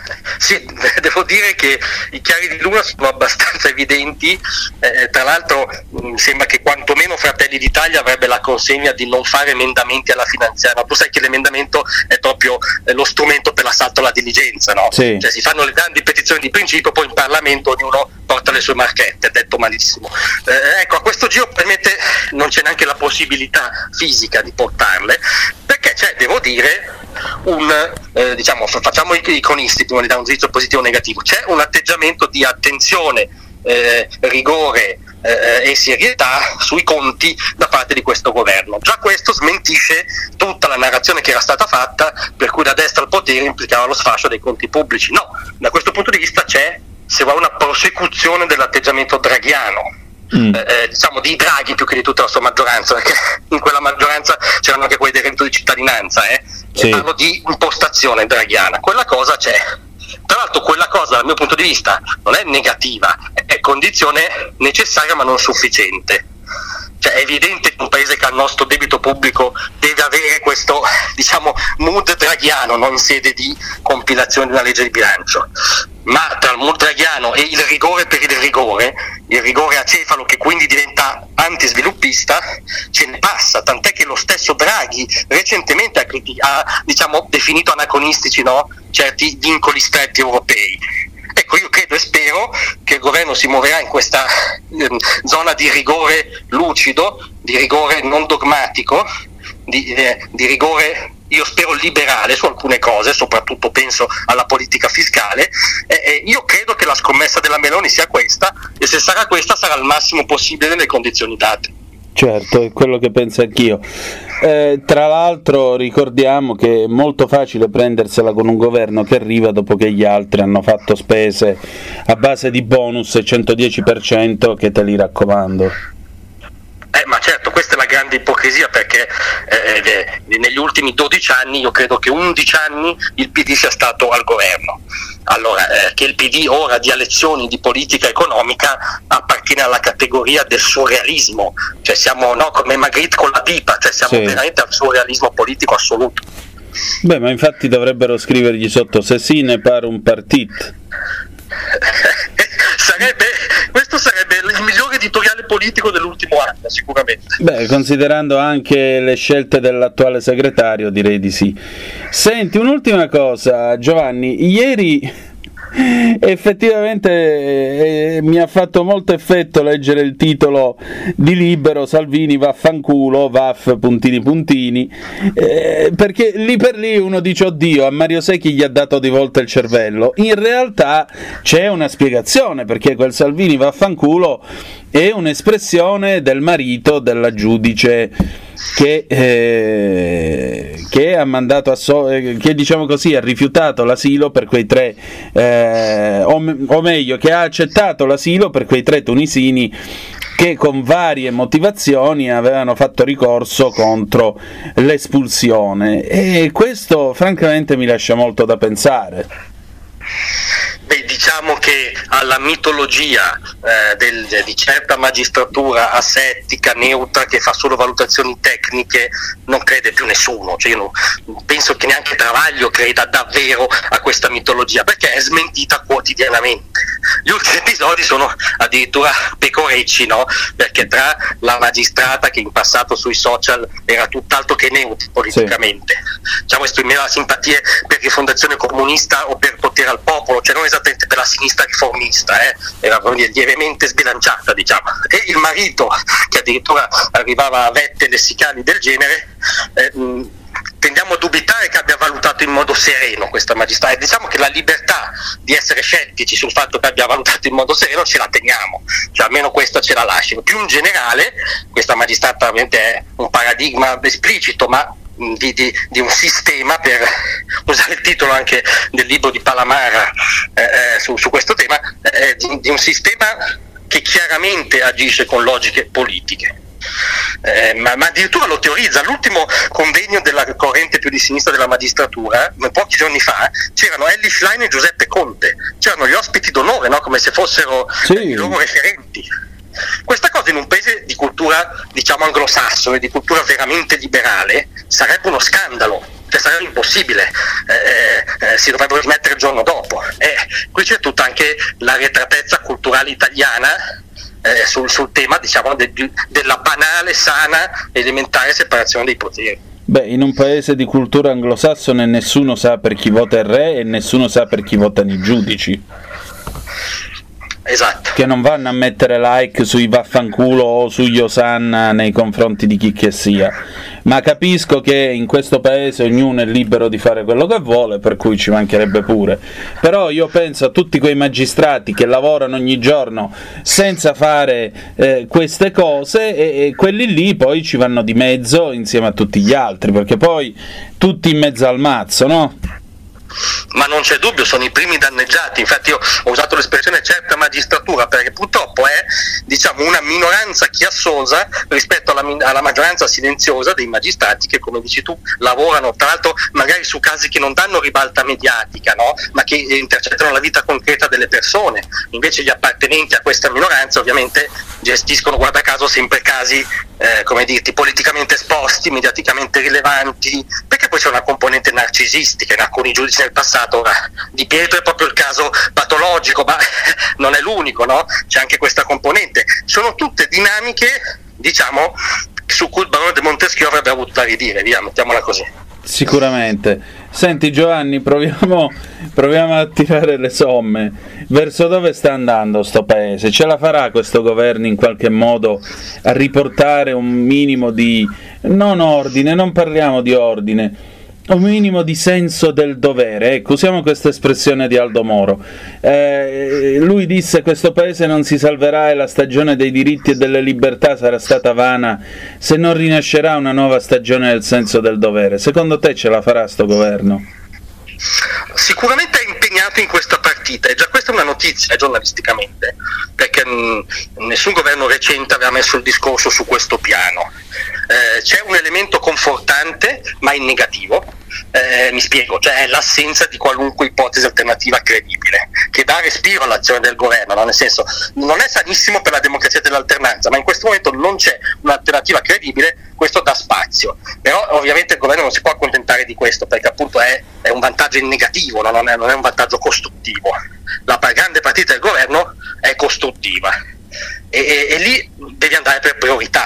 Sì, devo dire che i chiari di luna sono abbastanza evidenti, eh, tra l'altro mh, sembra che quantomeno Fratelli d'Italia avrebbe la consegna di non fare emendamenti alla finanziaria, ma tu sai che l'emendamento è proprio eh, lo strumento per l'assalto alla diligenza, no?
Sì.
Cioè si fanno le grandi petizioni di principio, poi in Parlamento ognuno porta le sue marchette, detto malissimo. Eh, ecco, a questo giro permette, non c'è neanche la possibilità fisica di portarle, perché c'è, devo dire, un eh, diciamo, facciamo i iconisti prima di dare un giudizio positivo o negativo, c'è un atteggiamento di attenzione, eh, rigore eh, e serietà sui conti da parte di questo governo. Già questo smentisce tutta la narrazione che era stata fatta, per cui la destra al potere implicava lo sfascio dei conti pubblici. No, da questo punto di vista c'è, se va, una prosecuzione dell'atteggiamento draghiano. Mm. Eh, diciamo di Draghi più che di tutta la sua maggioranza, perché in quella maggioranza c'erano anche quelli del reddito di cittadinanza, eh? Sì. E parlo di impostazione draghiana, quella cosa c'è. Tra l'altro quella cosa dal mio punto di vista non è negativa, è condizione necessaria ma non sufficiente. Cioè è evidente che un paese che ha il nostro debito pubblico deve avere questo, diciamo, mood draghiano, non in sede di compilazione di una legge di bilancio, ma tra il mood draghiano e il rigore per il rigore, il rigore acefalo che quindi diventa antisviluppista, ce ne passa, tant'è che lo stesso Draghi recentemente ha, criti- ha diciamo, definito anacronistici, no? Certi vincoli stretti europei. Ecco, io credo e spero che il governo si muoverà in questa eh, zona di rigore lucido, di rigore non dogmatico, di, eh, di rigore, io spero, liberale su alcune cose, soprattutto penso alla politica fiscale. Eh, eh, io credo che la scommessa della Meloni sia questa, e se sarà questa sarà il massimo possibile nelle condizioni date.
Certo, è quello che penso anch'io. Eh, tra l'altro ricordiamo che è molto facile prendersela con un governo che arriva dopo che gli altri hanno fatto spese a base di bonus centodieci per cento, che te li raccomando.
Eh, ma certo, questa è la grande ipocrisia, perché eh, eh, negli ultimi dodici anni, io credo che undici anni il P D sia stato al governo. Allora, eh, che il P D ora dia lezioni di politica economica appartiene alla categoria del surrealismo, cioè siamo, no, come Magritte con la pipa, cioè siamo sì. veramente al surrealismo politico assoluto.
Beh, ma infatti dovrebbero scrivergli sotto: se sì ne pare un partit.
Sarebbe, questo sarebbe il migliore editoriale politico dell'ultimo anno, sicuramente.
Beh, considerando anche le scelte dell'attuale segretario, direi di sì. Senti, un'ultima cosa, Giovanni, ieri effettivamente eh, mi ha fatto molto effetto leggere il titolo di Libero: Salvini vaffanculo, vaff puntini puntini, eh, perché lì per lì uno dice: oddio, a Mario Secchi gli ha dato di volta il cervello. In realtà c'è una spiegazione, perché quel Salvini vaffanculo è un'espressione del marito della giudice che, eh, che ha mandato a so- che diciamo così ha rifiutato l'asilo per quei tre eh, o, me- o meglio che ha accettato l'asilo per quei tre tunisini che con varie motivazioni avevano fatto ricorso contro l'espulsione, e questo francamente mi lascia molto da pensare.
Beh, diciamo che alla mitologia eh, del, di certa magistratura asettica, neutra, che fa solo valutazioni tecniche, non crede più nessuno. Cioè, io non, penso che neanche Travaglio creda davvero a questa mitologia, perché è smentita quotidianamente. Gli ultimi episodi sono addirittura pecorecci, no? Perché tra la magistrata, che in passato sui social era tutt'altro che neutra politicamente, sì. diciamo, esprimeva simpatie per Rifondazione Comunista o per Potere al Popolo, cioè non esattamente per la sinistra riformista, eh? era lievemente sbilanciata, diciamo, e il marito, che addirittura arrivava a vette lessicali del genere, eh, mh, tendiamo a dubitare che abbia valutato in modo sereno questa magistrata. Diciamo che la libertà di essere scettici sul fatto che abbia valutato in modo sereno ce la teniamo, cioè almeno questo ce la lasciano. Più in generale, questa magistrata ovviamente è un paradigma esplicito, ma Di, di, di un sistema, per usare il titolo anche del libro di Palamara eh, su, su questo tema, eh, di, di un sistema che chiaramente agisce con logiche politiche. Eh, ma, ma addirittura lo teorizza. All'ultimo convegno della corrente più di sinistra della magistratura, pochi giorni fa, c'erano Elly Schlein e Giuseppe Conte, c'erano gli ospiti d'onore, no? Come se fossero sì. i loro referenti. Questa cosa in un paese di cultura, diciamo, anglosassone, di cultura veramente liberale, sarebbe uno scandalo. Cioè sarebbe impossibile, eh, eh, si dovrebbero smettere il giorno dopo. E qui c'è tutta anche l'arretratezza culturale italiana eh, sul, sul tema, diciamo, de, della banale, sana, elementare separazione dei poteri.
Beh, in un paese di cultura anglosassone nessuno sa per chi vota il re e nessuno sa per chi votano i giudici.
Esatto.
Che non vanno a mettere like sui vaffanculo o sugli osanna nei confronti di chi che sia. Ma capisco che in questo paese ognuno è libero di fare quello che vuole, per cui ci mancherebbe pure. Però io penso a tutti quei magistrati che lavorano ogni giorno senza fare eh, queste cose e, e quelli lì poi ci vanno di mezzo insieme a tutti gli altri, perché poi tutti in mezzo al mazzo, no?
Ma non c'è dubbio, sono i primi danneggiati. Infatti io ho usato l'espressione certa magistratura, perché purtroppo è, diciamo, una minoranza chiassosa rispetto alla, alla maggioranza silenziosa dei magistrati che, come dici tu, lavorano tra l'altro magari su casi che non danno ribalta mediatica, no? Ma che intercettano la vita concreta delle persone. Invece gli appartenenti a questa minoranza ovviamente gestiscono, guarda caso, sempre casi eh, come dirti, politicamente esposti, mediaticamente rilevanti, perché poi c'è una componente narcisistica in alcuni giudici nel passato. Ora, Di Pietro è proprio il caso patologico, ma non è l'unico, no? C'è anche questa componente. Sono tutte dinamiche, diciamo, su cui il barone de Montesquieu avrebbe avuto da ridire, via, mettiamola così.
Sicuramente. Senti Giovanni, proviamo, proviamo a tirare le somme. Verso dove sta andando sto paese? Ce la farà questo governo in qualche modo a riportare un minimo di, non ordine, non parliamo di ordine, un minimo di senso del dovere? Ecco, usiamo questa espressione di Aldo Moro. Eh, lui disse: questo paese non si salverà e la stagione dei diritti e delle libertà sarà stata vana se non rinascerà una nuova stagione del senso del dovere. Secondo te ce la farà sto governo?
Sicuramente è impegnato in questa partita, e già questa è una notizia giornalisticamente, perché mh, nessun governo recente aveva messo il discorso su questo piano. Eh, c'è un elemento confortante ma in negativo, eh, mi spiego, cioè è l'assenza di qualunque ipotesi alternativa credibile che dà respiro all'azione del governo, no? Nel senso, non è sanissimo per la democrazia dell'alternanza, ma in questo momento non c'è un'alternativa credibile, questo dà spazio. Però ovviamente il governo non si può accontentare di questo, perché appunto è, è un vantaggio in negativo, no? non, è, non è un vantaggio costruttivo. La grande partita del governo è costruttiva e, e, e lì devi andare per priorità.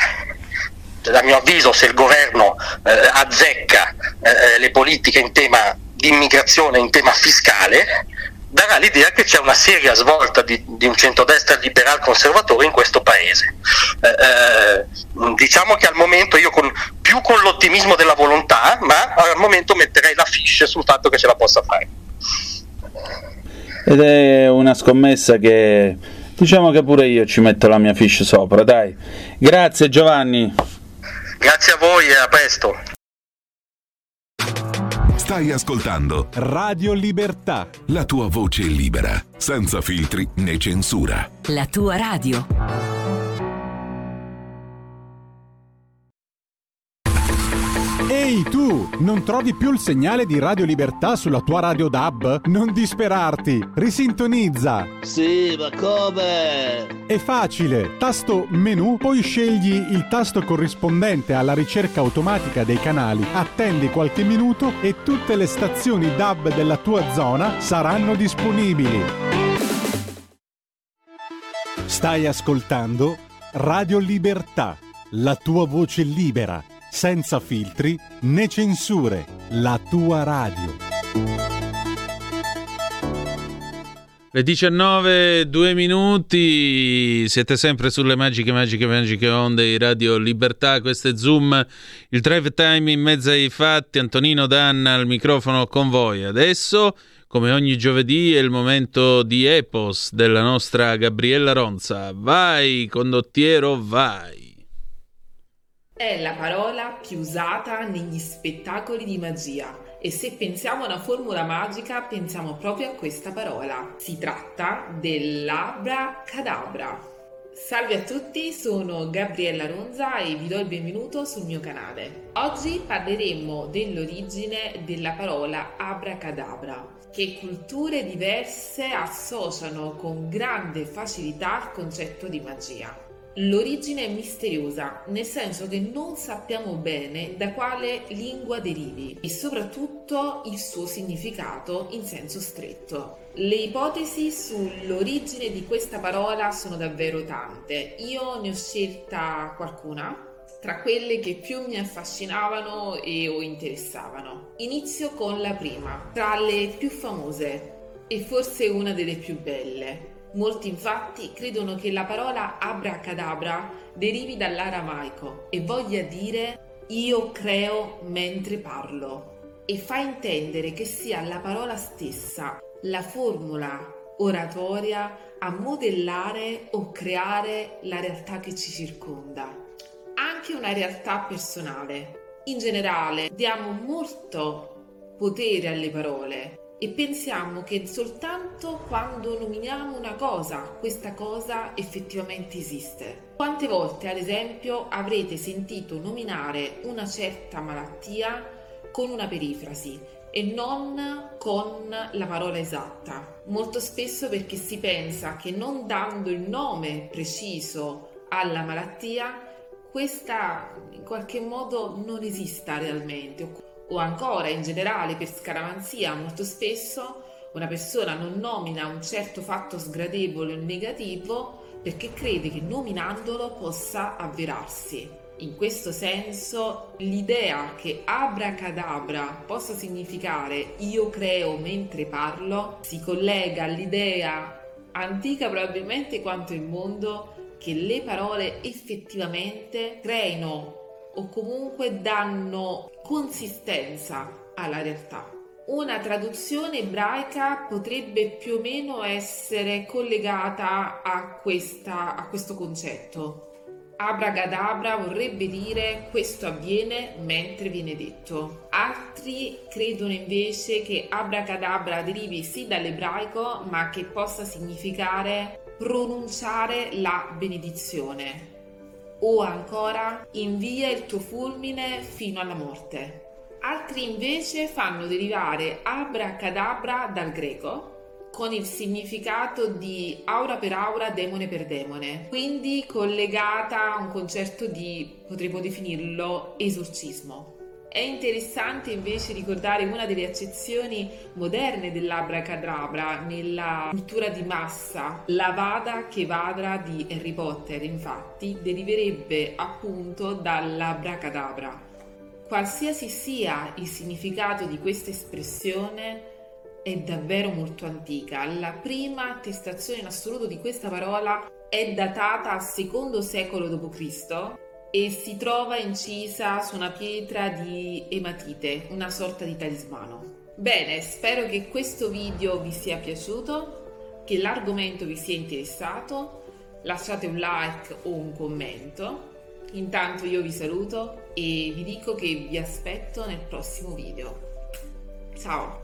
A mio avviso, se il governo eh, azzecca eh, le politiche in tema di immigrazione, in tema fiscale, darà l'idea che c'è una seria svolta di, di un centrodestra liberal conservatore in questo paese. Eh, eh, diciamo che al momento io con, più con l'ottimismo della volontà, ma al momento metterei la fiche sul fatto che ce la possa fare.
Ed è una scommessa che, diciamo che pure io ci metto la mia fiche sopra, dai. Grazie Giovanni.
Grazie a voi e a presto.
Stai ascoltando
Radio Libertà,
la tua voce libera, senza filtri né censura.
La tua radio.
Ehi tu, non trovi più il segnale di Radio Libertà sulla tua radio D A B? Non disperarti, risintonizza.
Sì, ma come?
È facile, tasto menu, poi scegli il tasto corrispondente alla ricerca automatica dei canali, attendi qualche minuto e tutte le stazioni D A B della tua zona saranno disponibili. Stai ascoltando Radio Libertà, la tua voce libera, senza filtri né censure, la tua radio.
Le diciannove, due minuti, siete sempre sulle magiche, magiche, magiche onde di Radio Libertà. Questo è Zoom, il drive time in mezzo ai fatti. Antonino Danna al microfono con voi. Adesso, come ogni giovedì, è il momento di Epos della nostra Gabriella Ronza. Vai, condottiero, vai!
È la parola più usata negli spettacoli di magia e se pensiamo a una formula magica pensiamo proprio a questa parola. Si tratta dell'abracadabra. Salve a tutti, sono Gabriella Ronza e vi do il benvenuto sul mio canale. Oggi parleremo dell'origine della parola abracadabra, che culture diverse associano con grande facilità al concetto di magia. L'origine è misteriosa, nel senso che non sappiamo bene da quale lingua derivi e soprattutto il suo significato in senso stretto. Le ipotesi sull'origine di questa parola sono davvero tante. Io ne ho scelta qualcuna tra quelle che più mi affascinavano e o interessavano. Inizio con la prima, tra le più famose e forse una delle più belle. Molti infatti credono che la parola abracadabra derivi dall'aramaico e voglia dire io creo mentre parlo, e fa intendere che sia la parola stessa, la formula oratoria a modellare o creare la realtà che ci circonda, anche una realtà personale. In generale diamo molto potere alle parole e pensiamo che soltanto quando nominiamo una cosa, questa cosa effettivamente esiste. Quante volte, ad esempio, avrete sentito nominare una certa malattia con una perifrasi e non con la parola esatta? Molto spesso perché si pensa che non dando il nome preciso alla malattia, questa in qualche modo non esista realmente. O ancora, in generale, per scaramanzia, molto spesso una persona non nomina un certo fatto sgradevole o negativo perché crede che nominandolo possa avverarsi. In questo senso, l'idea che abracadabra possa significare io creo mentre parlo si collega all'idea antica probabilmente quanto il mondo che le parole effettivamente creino o comunque danno consistenza alla realtà. Una traduzione ebraica potrebbe più o meno essere collegata a, questa, a questo concetto. Abracadabra vorrebbe dire questo avviene mentre viene detto. Altri credono invece che abracadabra derivi sì dall'ebraico, ma che possa significare pronunciare la benedizione. O ancora, invia il tuo fulmine fino alla morte. Altri invece fanno derivare abracadabra dal greco, con il significato di aura per aura, demone per demone, quindi collegata a un concetto di, potremmo definirlo, esorcismo. È interessante invece ricordare una delle accezioni moderne dell'abracadabra nella cultura di massa. L'Avada Kedavra di Harry Potter, infatti, deriverebbe appunto dall'abracadabra. Qualsiasi sia il significato di questa espressione, è davvero molto antica. La prima attestazione in assoluto di questa parola è datata al secondo secolo dopo Cristo e si trova incisa su una pietra di ematite, una sorta di talismano. Bene, spero che questo video vi sia piaciuto, che l'argomento vi sia interessato. Lasciate un like o un commento. Intanto io vi saluto e vi dico che vi aspetto nel prossimo video. Ciao!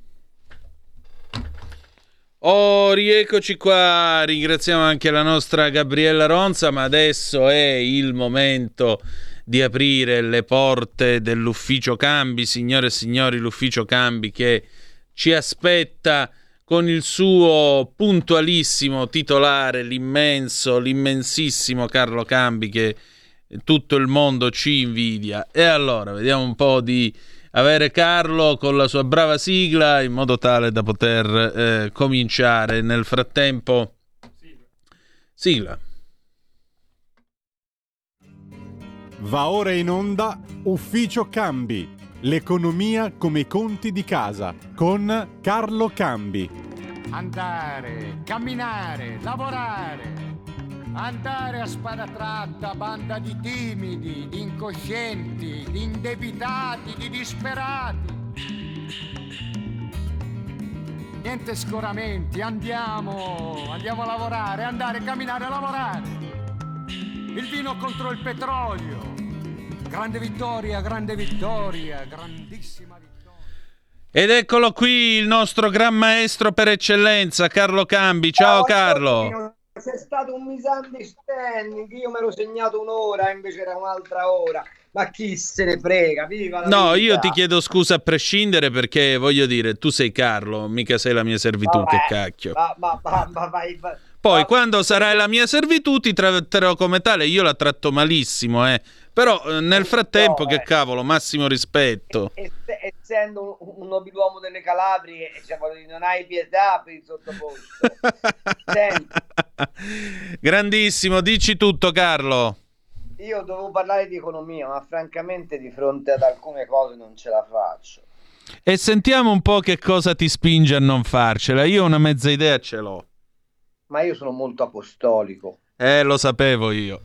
Oh, rieccoci qua, ringraziamo anche la nostra Gabriella Ronza, ma adesso è il momento di aprire le porte dell'ufficio cambi, signore e signori, l'ufficio cambi che ci aspetta con il suo puntualissimo titolare, l'immenso, l'immensissimo Carlo Cambi, che tutto il mondo ci invidia. E allora, vediamo un po' di avere Carlo con la sua brava sigla in modo tale da poter eh, cominciare. Nel frattempo, sigla.
Va ora in onda Ufficio Cambi, l'economia come i conti di casa, con Carlo Cambi.
Andare, camminare, lavorare, andare a spada tratta, banda di timidi, di incoscienti, di indebitati, di disperati. Niente scoramenti, andiamo, andiamo a lavorare, andare, camminare, lavorare. Il vino contro il petrolio. Grande vittoria, grande vittoria, grandissima vittoria.
Ed eccolo qui il nostro gran maestro per eccellenza, Carlo Cambi. Ciao, Ciao Carlo.
C'è stato un misunderstanding, io me l'ho segnato un'ora, invece era un'altra ora. Ma chi se ne frega, viva la
No,
vita.
Io ti chiedo scusa a prescindere, perché voglio dire, tu sei Carlo, mica sei la mia servitù,
Vabbè,
che cacchio.
Ma, ma, ma, ma vai, vai.
Poi ah, quando sarai la mia servitù ti tratterò come tale. Io la tratto malissimo, eh. Però eh, nel frattempo, no, che eh. cavolo, massimo rispetto.
E, e, essendo un, un nobiluomo delle Calabrie, cioè, non hai pietà per il sottoposto.
Grandissimo, dici tutto, Carlo.
Io dovevo parlare di economia, ma francamente di fronte ad alcune cose non ce la faccio.
E sentiamo un po' che cosa ti spinge a non farcela. Io una mezza idea ce l'ho.
Ma io sono molto apostolico.
Eh, lo sapevo io.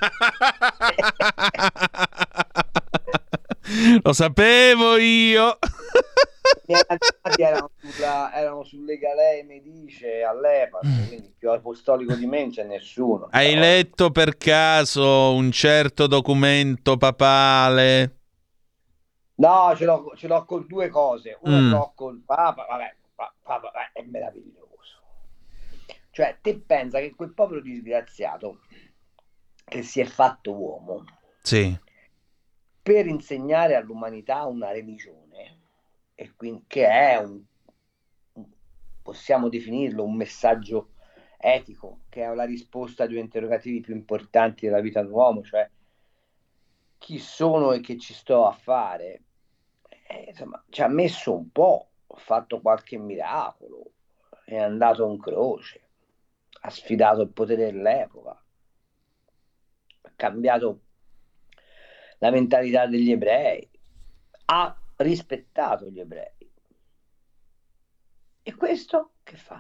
Lo sapevo io.
I miei antenati erano, sulla, erano sulle galee Medice all'epoca, quindi più apostolico di me non c'è nessuno.
Hai però letto per caso un certo documento papale?
No, ce l'ho, ce l'ho con due cose. Uno
Mm.
ce l'ho col Papa, vabbè, pa- Papa è meraviglioso. Cioè, te pensa che quel povero disgraziato che si è fatto uomo
Sì.
per insegnare all'umanità una religione, e quindi che è un, possiamo definirlo un messaggio etico, che è la risposta a due interrogativi più importanti della vita dell'uomo, cioè chi sono e che ci sto a fare. Eh, insomma, ci ha messo un po', ha fatto qualche miracolo, è andato in croce, ha sfidato il potere dell'epoca, ha cambiato la mentalità degli ebrei, ha rispettato gli ebrei. E questo che fa?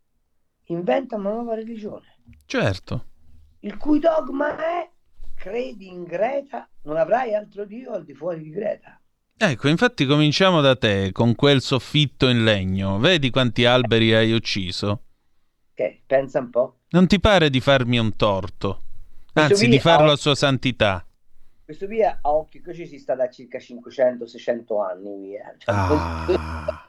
Inventa una nuova religione.
Certo.
Il cui dogma è: credi in Greta, non avrai altro Dio al di fuori di Greta.
Ecco, infatti cominciamo da te, con quel soffitto in legno. Vedi quanti alberi hai ucciso?
Ok, pensa un po'.
Non ti pare di farmi un torto?
Questo
Anzi,
qui
di farlo
ha-
a sua santità.
Questo via a occhio così si sta da circa cinquecento seicento anni via. Cioè,
Ah,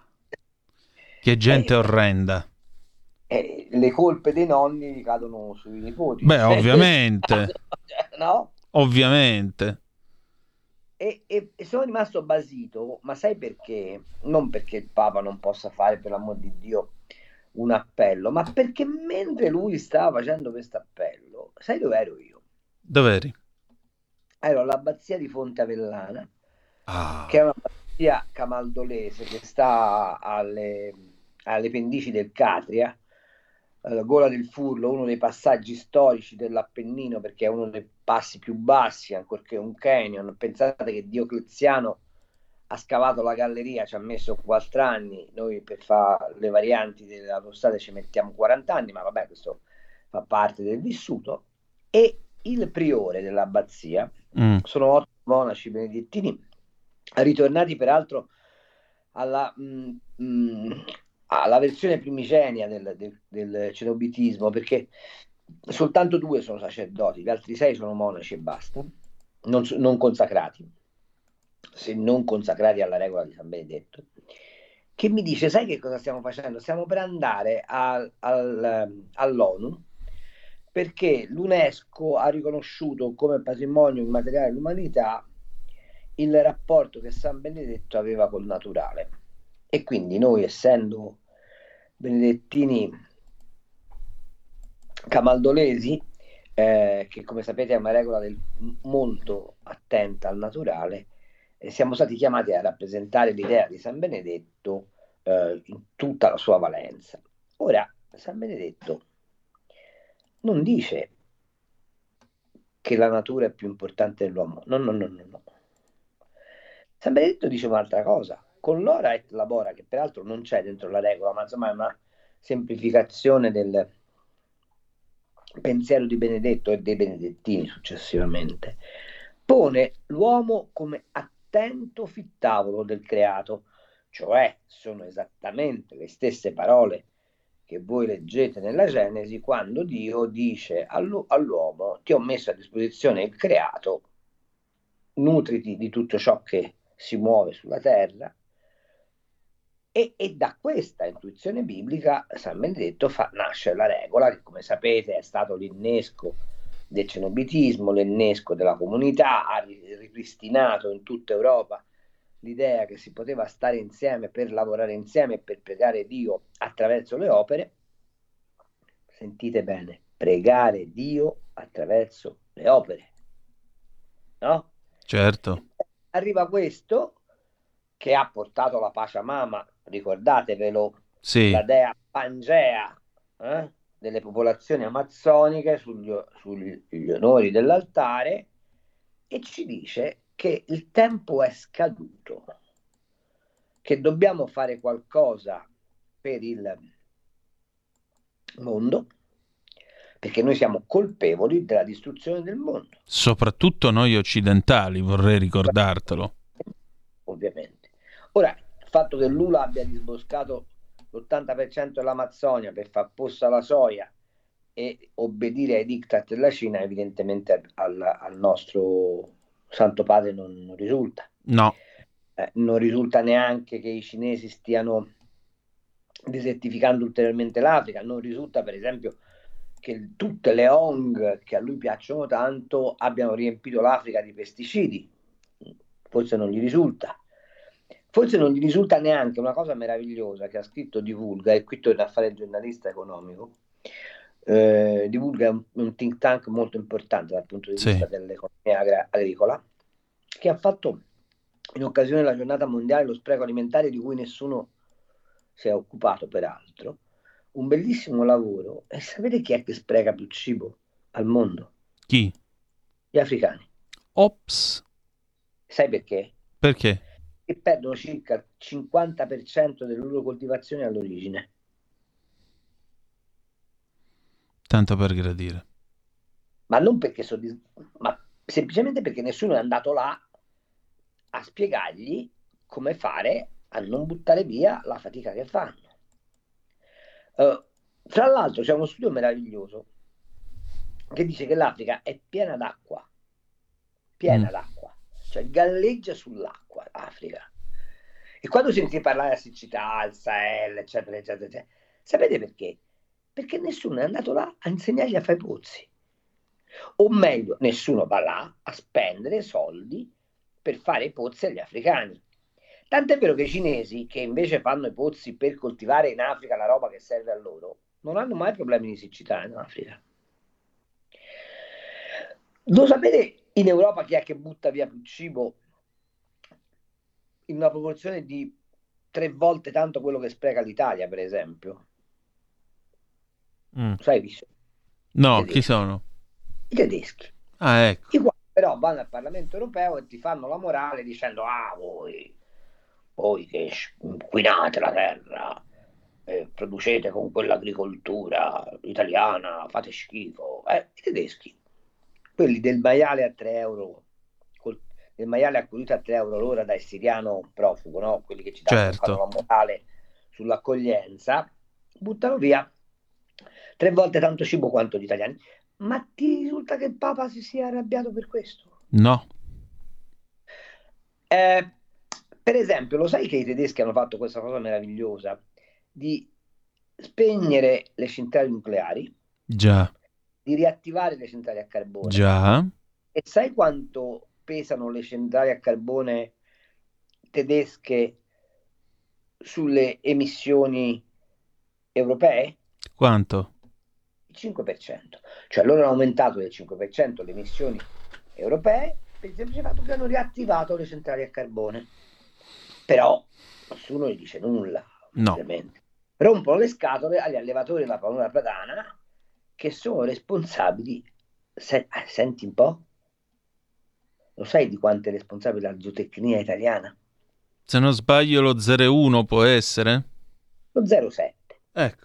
che gente
Eh,
orrenda.
eh, le colpe dei nonni cadono sui nipoti.
Beh, ovviamente.
No?
Ovviamente.
E, e- e sono rimasto basito, ma sai perché? Non perché il Papa non possa fare, per l'amor di Dio, un appello, ma perché mentre lui stava facendo questo appello, sai dove ero io?
Dov'eri?
Ero all'abbazia di Fonte Avellana,
Ah,
che è una abbazia camaldolese che sta alle, alle pendici del Catria, eh, Gola del Furlo, uno dei passaggi storici dell'Appennino, perché è uno dei passi più bassi, ancorché un canyon. Pensate che Diocleziano ha scavato la galleria, ci ha messo quattro anni, noi per fare le varianti delle autostrade ci mettiamo quaranta anni, ma vabbè, questo fa parte del vissuto. E il priore dell'abbazia,
mm.
sono otto monaci benedettini, ritornati peraltro alla, mh, mh, alla versione primigenia del, del, del cenobitismo, perché soltanto due sono sacerdoti, gli altri sei sono monaci e basta, non, so- non consacrati, se non consacrati alla regola di San Benedetto, che mi dice: sai che cosa stiamo facendo? Stiamo per andare al, al, all'ONU, perché l'UNESCO ha riconosciuto come patrimonio immateriale dell'umanità il rapporto che San Benedetto aveva col naturale, e quindi noi, essendo benedettini camaldolesi, eh, che come sapete è una regola del, molto attenta al naturale, eh, siamo stati chiamati a rappresentare l'idea di San Benedetto eh, in tutta la sua valenza. Ora, San Benedetto non dice che la natura è più importante dell'uomo, no, no, no, no, no. San Benedetto dice un'altra cosa: con l'ora et labora, che peraltro non c'è dentro la regola, ma insomma è una semplificazione del pensiero di Benedetto e dei benedettini successivamente, pone l'uomo come attento fittavolo del creato, cioè sono esattamente le stesse parole che voi leggete nella Genesi, quando Dio dice all'u- all'uomo: ti ho messo a disposizione il creato, nutriti di tutto ciò che si muove sulla terra. E, e da questa intuizione biblica San Benedetto fa nascere la regola, che come sapete è stato l'innesco del cenobitismo, l'innesco della comunità, ha ri- ripristinato in tutta Europa l'idea che si poteva stare insieme per lavorare insieme e per pregare Dio attraverso le opere. sentite bene, pregare Dio attraverso le opere, no?
Certo.
Arriva questo che ha portato la Pachamama, ricordatevelo,
sì.
la dea Pangea, eh, delle popolazioni amazzoniche sugli, sugli onori dell'altare, e ci dice che il tempo è scaduto, che dobbiamo fare qualcosa per il mondo, perché noi siamo colpevoli della distruzione del mondo.
Soprattutto noi occidentali, vorrei ricordartelo.
Ovviamente. Ora, il fatto che Lula abbia disboscato l'ottanta per cento dell'Amazzonia per far posto alla soia e obbedire ai diktat della Cina, evidentemente al, al nostro Santo Padre non, non risulta.
No.
Eh, non risulta neanche che i cinesi stiano desertificando ulteriormente l'Africa, non risulta per esempio che tutte le O N G che a lui piacciono tanto abbiano riempito l'Africa di pesticidi. Forse non gli risulta. Forse non gli risulta neanche una cosa meravigliosa che ha scritto Divulga, e qui torna a fare il giornalista economico. Eh, Divulga è un, un think tank molto importante dal punto di
sì.
vista dell'economia agra- agricola, che ha fatto in occasione della giornata mondiale dello spreco alimentare, di cui nessuno si è occupato peraltro, un bellissimo lavoro. E sapete chi è che spreca più cibo al mondo?
Chi?
Gli africani.
Ops.
Sai perché?
Perché?
E perdono circa il cinquanta per cento delle loro coltivazioni all'origine.
Tanto per gradire.
Ma non perché sono dis- ma semplicemente perché nessuno è andato là a spiegargli come fare a non buttare via la fatica che fanno. Uh, tra l'altro c'è uno studio meraviglioso che dice che l'Africa è piena d'acqua, piena mm. d'acqua, cioè galleggia sull'acqua l'Africa. E quando senti parlare della siccità, il Sahel, eccetera, eccetera, eccetera, sapete perché? Perché nessuno è andato là a insegnargli a fare i pozzi. O meglio, nessuno va là a spendere soldi per fare i pozzi agli africani. Tant'è vero che i cinesi, che invece fanno i pozzi per coltivare in Africa la roba che serve a loro, non hanno mai problemi di siccità in Africa. Lo sapete in Europa chi è che butta via più cibo in una proporzione di tre volte tanto quello che spreca l'Italia, per esempio?
Mm.
Sai chi sono?
No, chi sono?
I tedeschi.
Ah, ecco.
I quali però vanno al Parlamento europeo e ti fanno la morale dicendo: ah, voi voi che inquinate la terra, eh, producete con quell'agricoltura italiana, fate schifo. Eh, i tedeschi, quelli del maiale a tre euro, col, del maiale accudito a tre euro l'ora dal siriano profugo, no? Quelli che ci danno,
certo.
fanno la morale sull'accoglienza, buttano via tre volte tanto cibo quanto gli italiani. Ma ti risulta che il Papa si sia arrabbiato per questo?
No.
Eh, per esempio, lo sai che i tedeschi hanno fatto questa cosa meravigliosa di spegnere le centrali nucleari?
Già.
Di riattivare le centrali a carbone?
Già.
E sai quanto pesano le centrali a carbone tedesche sulle emissioni europee?
Quanto?
Il cinque per cento. Cioè loro hanno aumentato del cinque per cento le emissioni europee per il semplice fatto che hanno riattivato le centrali a carbone. Però nessuno gli dice nulla,
no.
Ovviamente. Rompono le scatole agli allevatori della pianura padana, che sono responsabili, se, senti un po', lo sai di quanto è responsabile la zootecnia italiana?
Se non sbaglio lo zero virgola uno può essere?
Lo zero virgola sette.
Ecco.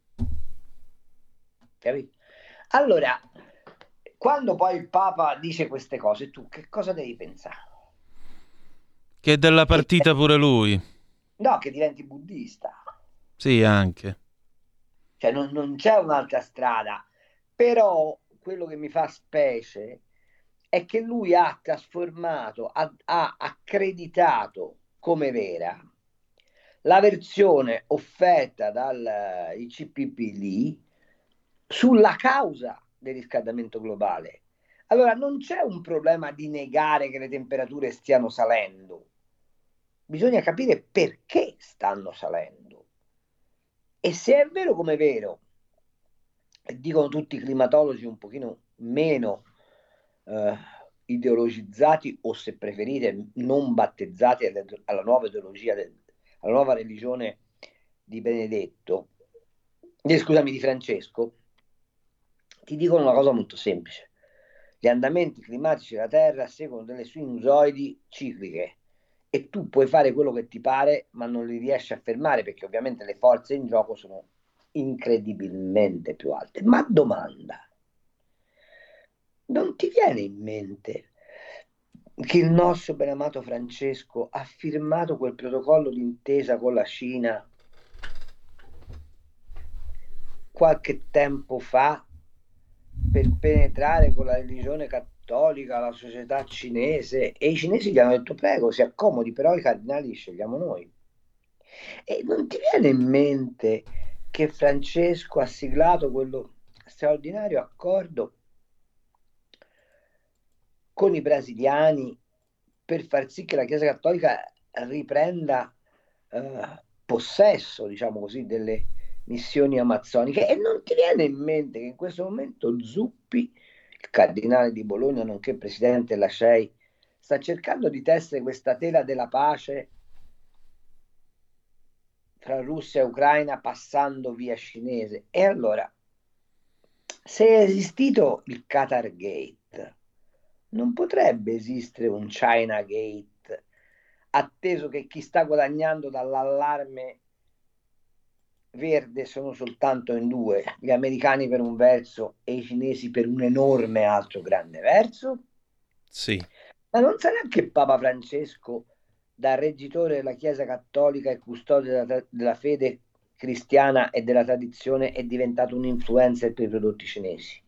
Capito? Allora, quando poi il Papa dice queste cose, tu che cosa devi pensare?
Che è della partita pure lui.
No, che diventi buddista.
Sì, anche.
Cioè non, non c'è un'altra strada. Però quello che mi fa specie è che lui ha trasformato, ha, ha accreditato come vera la versione offerta dal I C P P D sulla causa del riscaldamento globale. Allora non c'è un problema di negare che le temperature stiano salendo. Bisogna capire perché stanno salendo. E se è vero come è vero dicono tutti i climatologi un pochino meno eh, ideologizzati, o se preferite non battezzati alla nuova ideologia, del, alla nuova religione di Benedetto, eh, scusami, di Francesco, ti dicono una cosa molto semplice: gli andamenti climatici della Terra seguono delle sinusoidi cicliche e tu puoi fare quello che ti pare, ma non li riesci a fermare, perché ovviamente le forze in gioco sono incredibilmente più alte. Ma domanda, non ti viene in mente che il nostro benamato Francesco ha firmato quel protocollo d'intesa con la Cina qualche tempo fa per penetrare con la religione cattolica la società cinese, e i cinesi gli hanno detto: prego, si accomodi, però i cardinali li scegliamo noi? E non ti viene in mente che Francesco ha siglato quello straordinario accordo con i brasiliani per far sì che la Chiesa Cattolica riprenda eh, possesso, diciamo così, delle missioni amazzoniche? E non ti viene in mente che in questo momento Zuppi, il cardinale di Bologna nonché presidente della C E I, sta cercando di tessere questa tela della pace fra Russia e Ucraina passando via cinese? E allora, se è esistito il Qatar Gate, non potrebbe esistere un China Gate, atteso che chi sta guadagnando dall'allarme verde sono soltanto in due, gli americani per un verso e i cinesi per un enorme altro grande verso?
Sì.
Ma non sarà che Papa Francesco, da reggitore della Chiesa Cattolica e custode della, della fede cristiana e della tradizione, è diventato un influencer per i prodotti cinesi?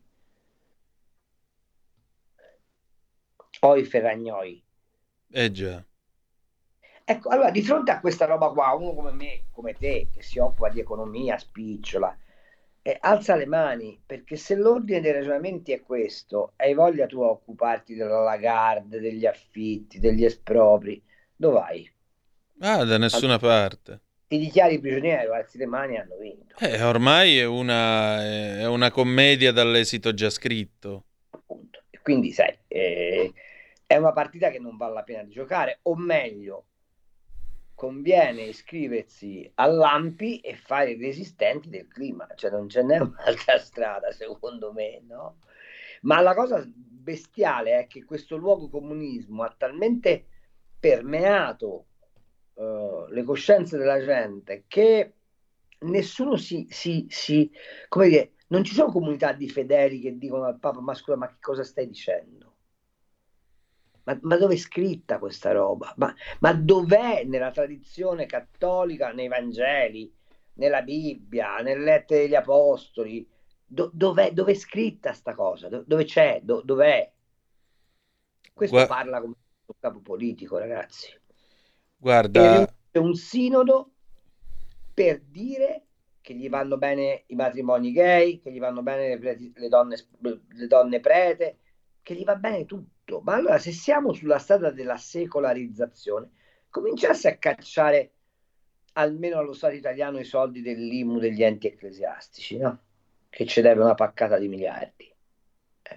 O i ferragnoi?
Eh già.
Ecco, allora, di fronte a questa roba qua, uno come me, come te, che si occupa di economia, spicciola, eh, alza le mani, perché se l'ordine dei ragionamenti è questo, hai voglia tu a occuparti della Lagarde, degli affitti, degli espropri, dove vai?
Ah, da nessuna allora, parte.
Ti dichiari prigioniero, alzi le mani e hanno vinto.
Eh, ormai è una, è una commedia dall'esito già scritto.
Appunto. E quindi, sai, eh, è una partita che non vale la pena di giocare, o meglio, conviene iscriversi all'A M P I e fare i resistenti del clima, cioè non ce n'è un'altra strada, secondo me, no? Ma la cosa bestiale è che questo luogo comunismo ha talmente permeato uh, le coscienze della gente che nessuno si, si, si, come dire, non ci sono comunità di fedeli che dicono al Papa: ma scusa, ma che cosa stai dicendo? Ma, ma dove è scritta questa roba? Ma, ma dov'è nella tradizione cattolica, nei Vangeli, nella Bibbia, nelle lettere degli Apostoli? Do, dov'è, dov'è scritta sta cosa? Do, dove c'è? Do, dov'è? Questo Gua- parla come un capo politico, ragazzi.
Guarda,
è un sinodo per dire che gli vanno bene i matrimoni gay, che gli vanno bene le, le, donne, le donne prete, che gli va bene tutto. Ma allora, se siamo sulla strada della secolarizzazione, cominciasse a cacciare almeno allo Stato italiano i soldi dell'I M U degli enti ecclesiastici, no? Che ci deve una paccata di miliardi. Eh.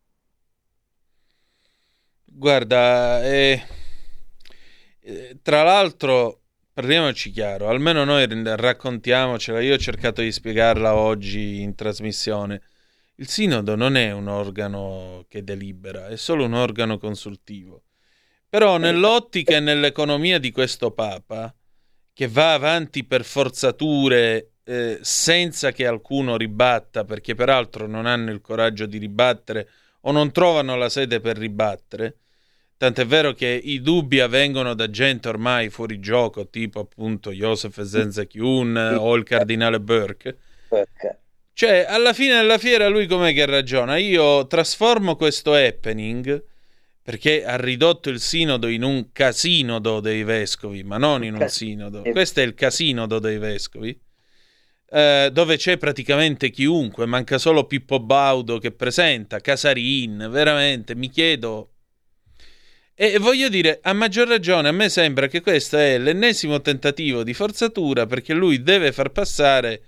Guarda, eh, eh, tra l'altro, parliamoci chiaro, almeno noi raccontiamocela, io ho cercato di spiegarla oggi in trasmissione. Il sinodo non è un organo che delibera, è solo un organo consultivo. Però nell'ottica e nell'economia di questo Papa, che va avanti per forzature eh, senza che alcuno ribatta, perché peraltro non hanno il coraggio di ribattere o non trovano la sede per ribattere, tant'è vero che i dubbi avvengono da gente ormai fuori gioco, tipo appunto Joseph Zenzekiun o il cardinale Burke.
Burke.
Cioè, alla fine della fiera lui com'è che ragiona? Io trasformo questo happening, perché ha ridotto il sinodo in un casinodo dei vescovi, ma non in un sinodo. Questo è il casinodo dei vescovi, eh, dove c'è praticamente chiunque, manca solo Pippo Baudo che presenta, Casarin, veramente, mi chiedo... E voglio dire, a maggior ragione, a me sembra che questo è l'ennesimo tentativo di forzatura, perché lui deve far passare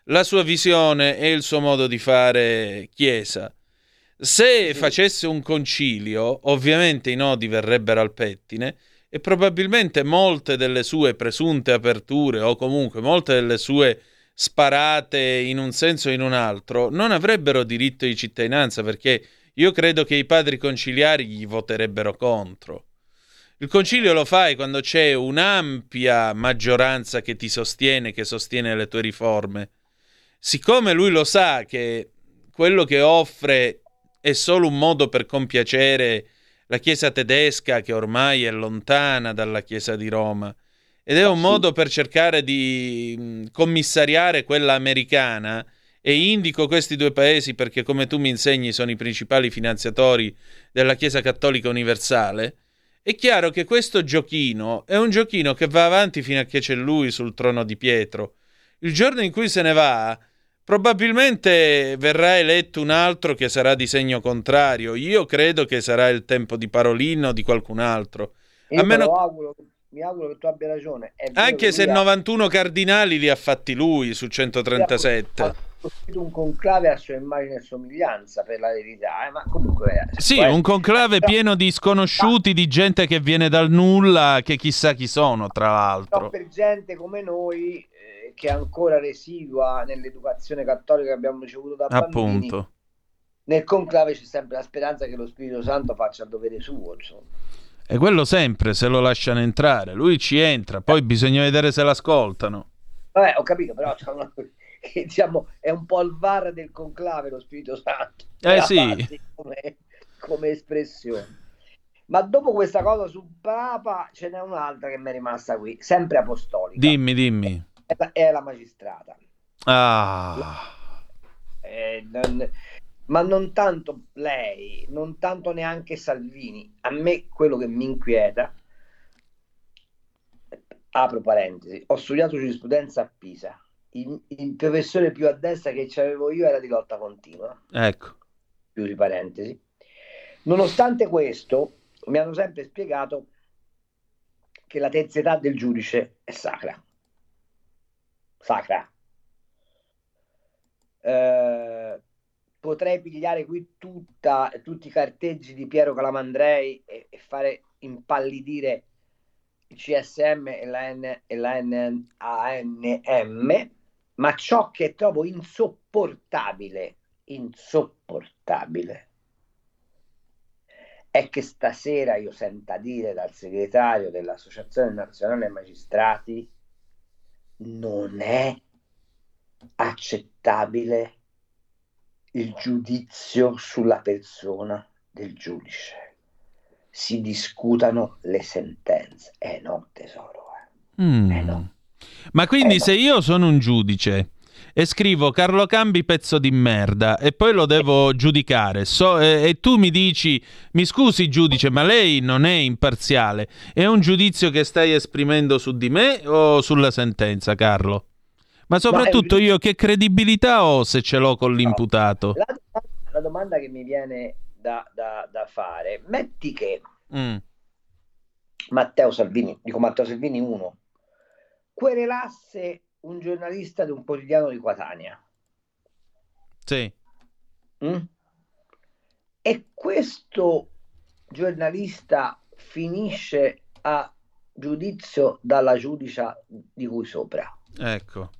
la sua visione e il suo modo di fare chiesa. Se facesse un concilio, ovviamente i nodi verrebbero al pettine e probabilmente molte delle sue presunte aperture o comunque molte delle sue sparate in un senso o in un altro non avrebbero diritto di cittadinanza, perché io credo che i padri conciliari gli voterebbero contro. Il concilio lo fai quando c'è un'ampia maggioranza che ti sostiene, che sostiene le tue riforme. Siccome lui lo sa che quello che offre è solo un modo per compiacere la Chiesa tedesca, che ormai è lontana dalla Chiesa di Roma, ed è un modo per cercare di commissariare quella americana, e indico questi due paesi perché, come tu mi insegni, sono i principali finanziatori della Chiesa Cattolica Universale, è chiaro che questo giochino è un giochino che va avanti fino a che c'è lui sul trono di Pietro. Il giorno in cui se ne va, probabilmente verrà eletto un altro che sarà di segno contrario. Io credo che sarà il tempo di Parolin o di qualcun altro.
Io
A meno...
lo auguro, mi auguro che tu abbia ragione. È
Anche se
ha...
novantuno cardinali li ha fatti lui su centotrentasette.
Ha costruito un conclave a sua immagine e somiglianza, per la verità, eh? Ma comunque... Eh,
sì,
poi...
un conclave pieno di sconosciuti, di gente che viene dal nulla, che chissà chi sono, tra l'altro.
No, per gente come noi... che è ancora residua nell'educazione cattolica che abbiamo ricevuto da bambini.
Appunto.
Nel conclave c'è sempre la speranza che lo Spirito Santo faccia il dovere suo, insomma.
E quello sempre, se lo lasciano entrare. Lui ci entra, poi bisogna vedere se l'ascoltano.
Vabbè, ho capito, però c'è una... che, diciamo, è un po' il V A R del conclave lo Spirito Santo.
Eh sì.
Come, come espressione. Ma dopo questa cosa sul Papa ce n'è un'altra che mi è rimasta qui, sempre apostolica.
Dimmi, dimmi.
È la, è la magistrata.
Ah.
Eh, non, ma non tanto lei, non tanto neanche Salvini. A me quello che mi inquieta, apro parentesi, ho studiato giurisprudenza a Pisa. Il, il professore più a destra che c'avevo io era di lotta continua.
Ecco.
Chiusi parentesi. Nonostante questo, mi hanno sempre spiegato che la terzietà del giudice è sacra. Sacra. Eh, potrei pigliare qui tutta, tutti i carteggi di Piero Calamandrei e, e fare impallidire il C S M e la, N, e la N A N M, ma ciò che trovo insopportabile, insopportabile, è che stasera io senta dire dal segretario dell'Associazione Nazionale Magistrati: non è accettabile il giudizio sulla persona del giudice, si discutano le sentenze. Eh no, tesoro, eh.
Mm.
Eh no.
Ma quindi
eh no.
se io sono un giudice e scrivo Carlo Cambi pezzo di merda e poi lo devo giudicare so, eh, e tu mi dici: mi scusi giudice, ma lei non è imparziale, è un giudizio che stai esprimendo su di me o sulla sentenza, Carlo? Ma soprattutto no, io che credibilità ho se ce l'ho con l'imputato?
La, la domanda che mi viene da, da, da fare, metti che
mm.
Matteo Salvini, dico Matteo Salvini uno, querelasse un giornalista di un quotidiano di Catania.
Sì.
Mm? E questo giornalista finisce a giudizio dalla giudicia di cui sopra.
Ecco.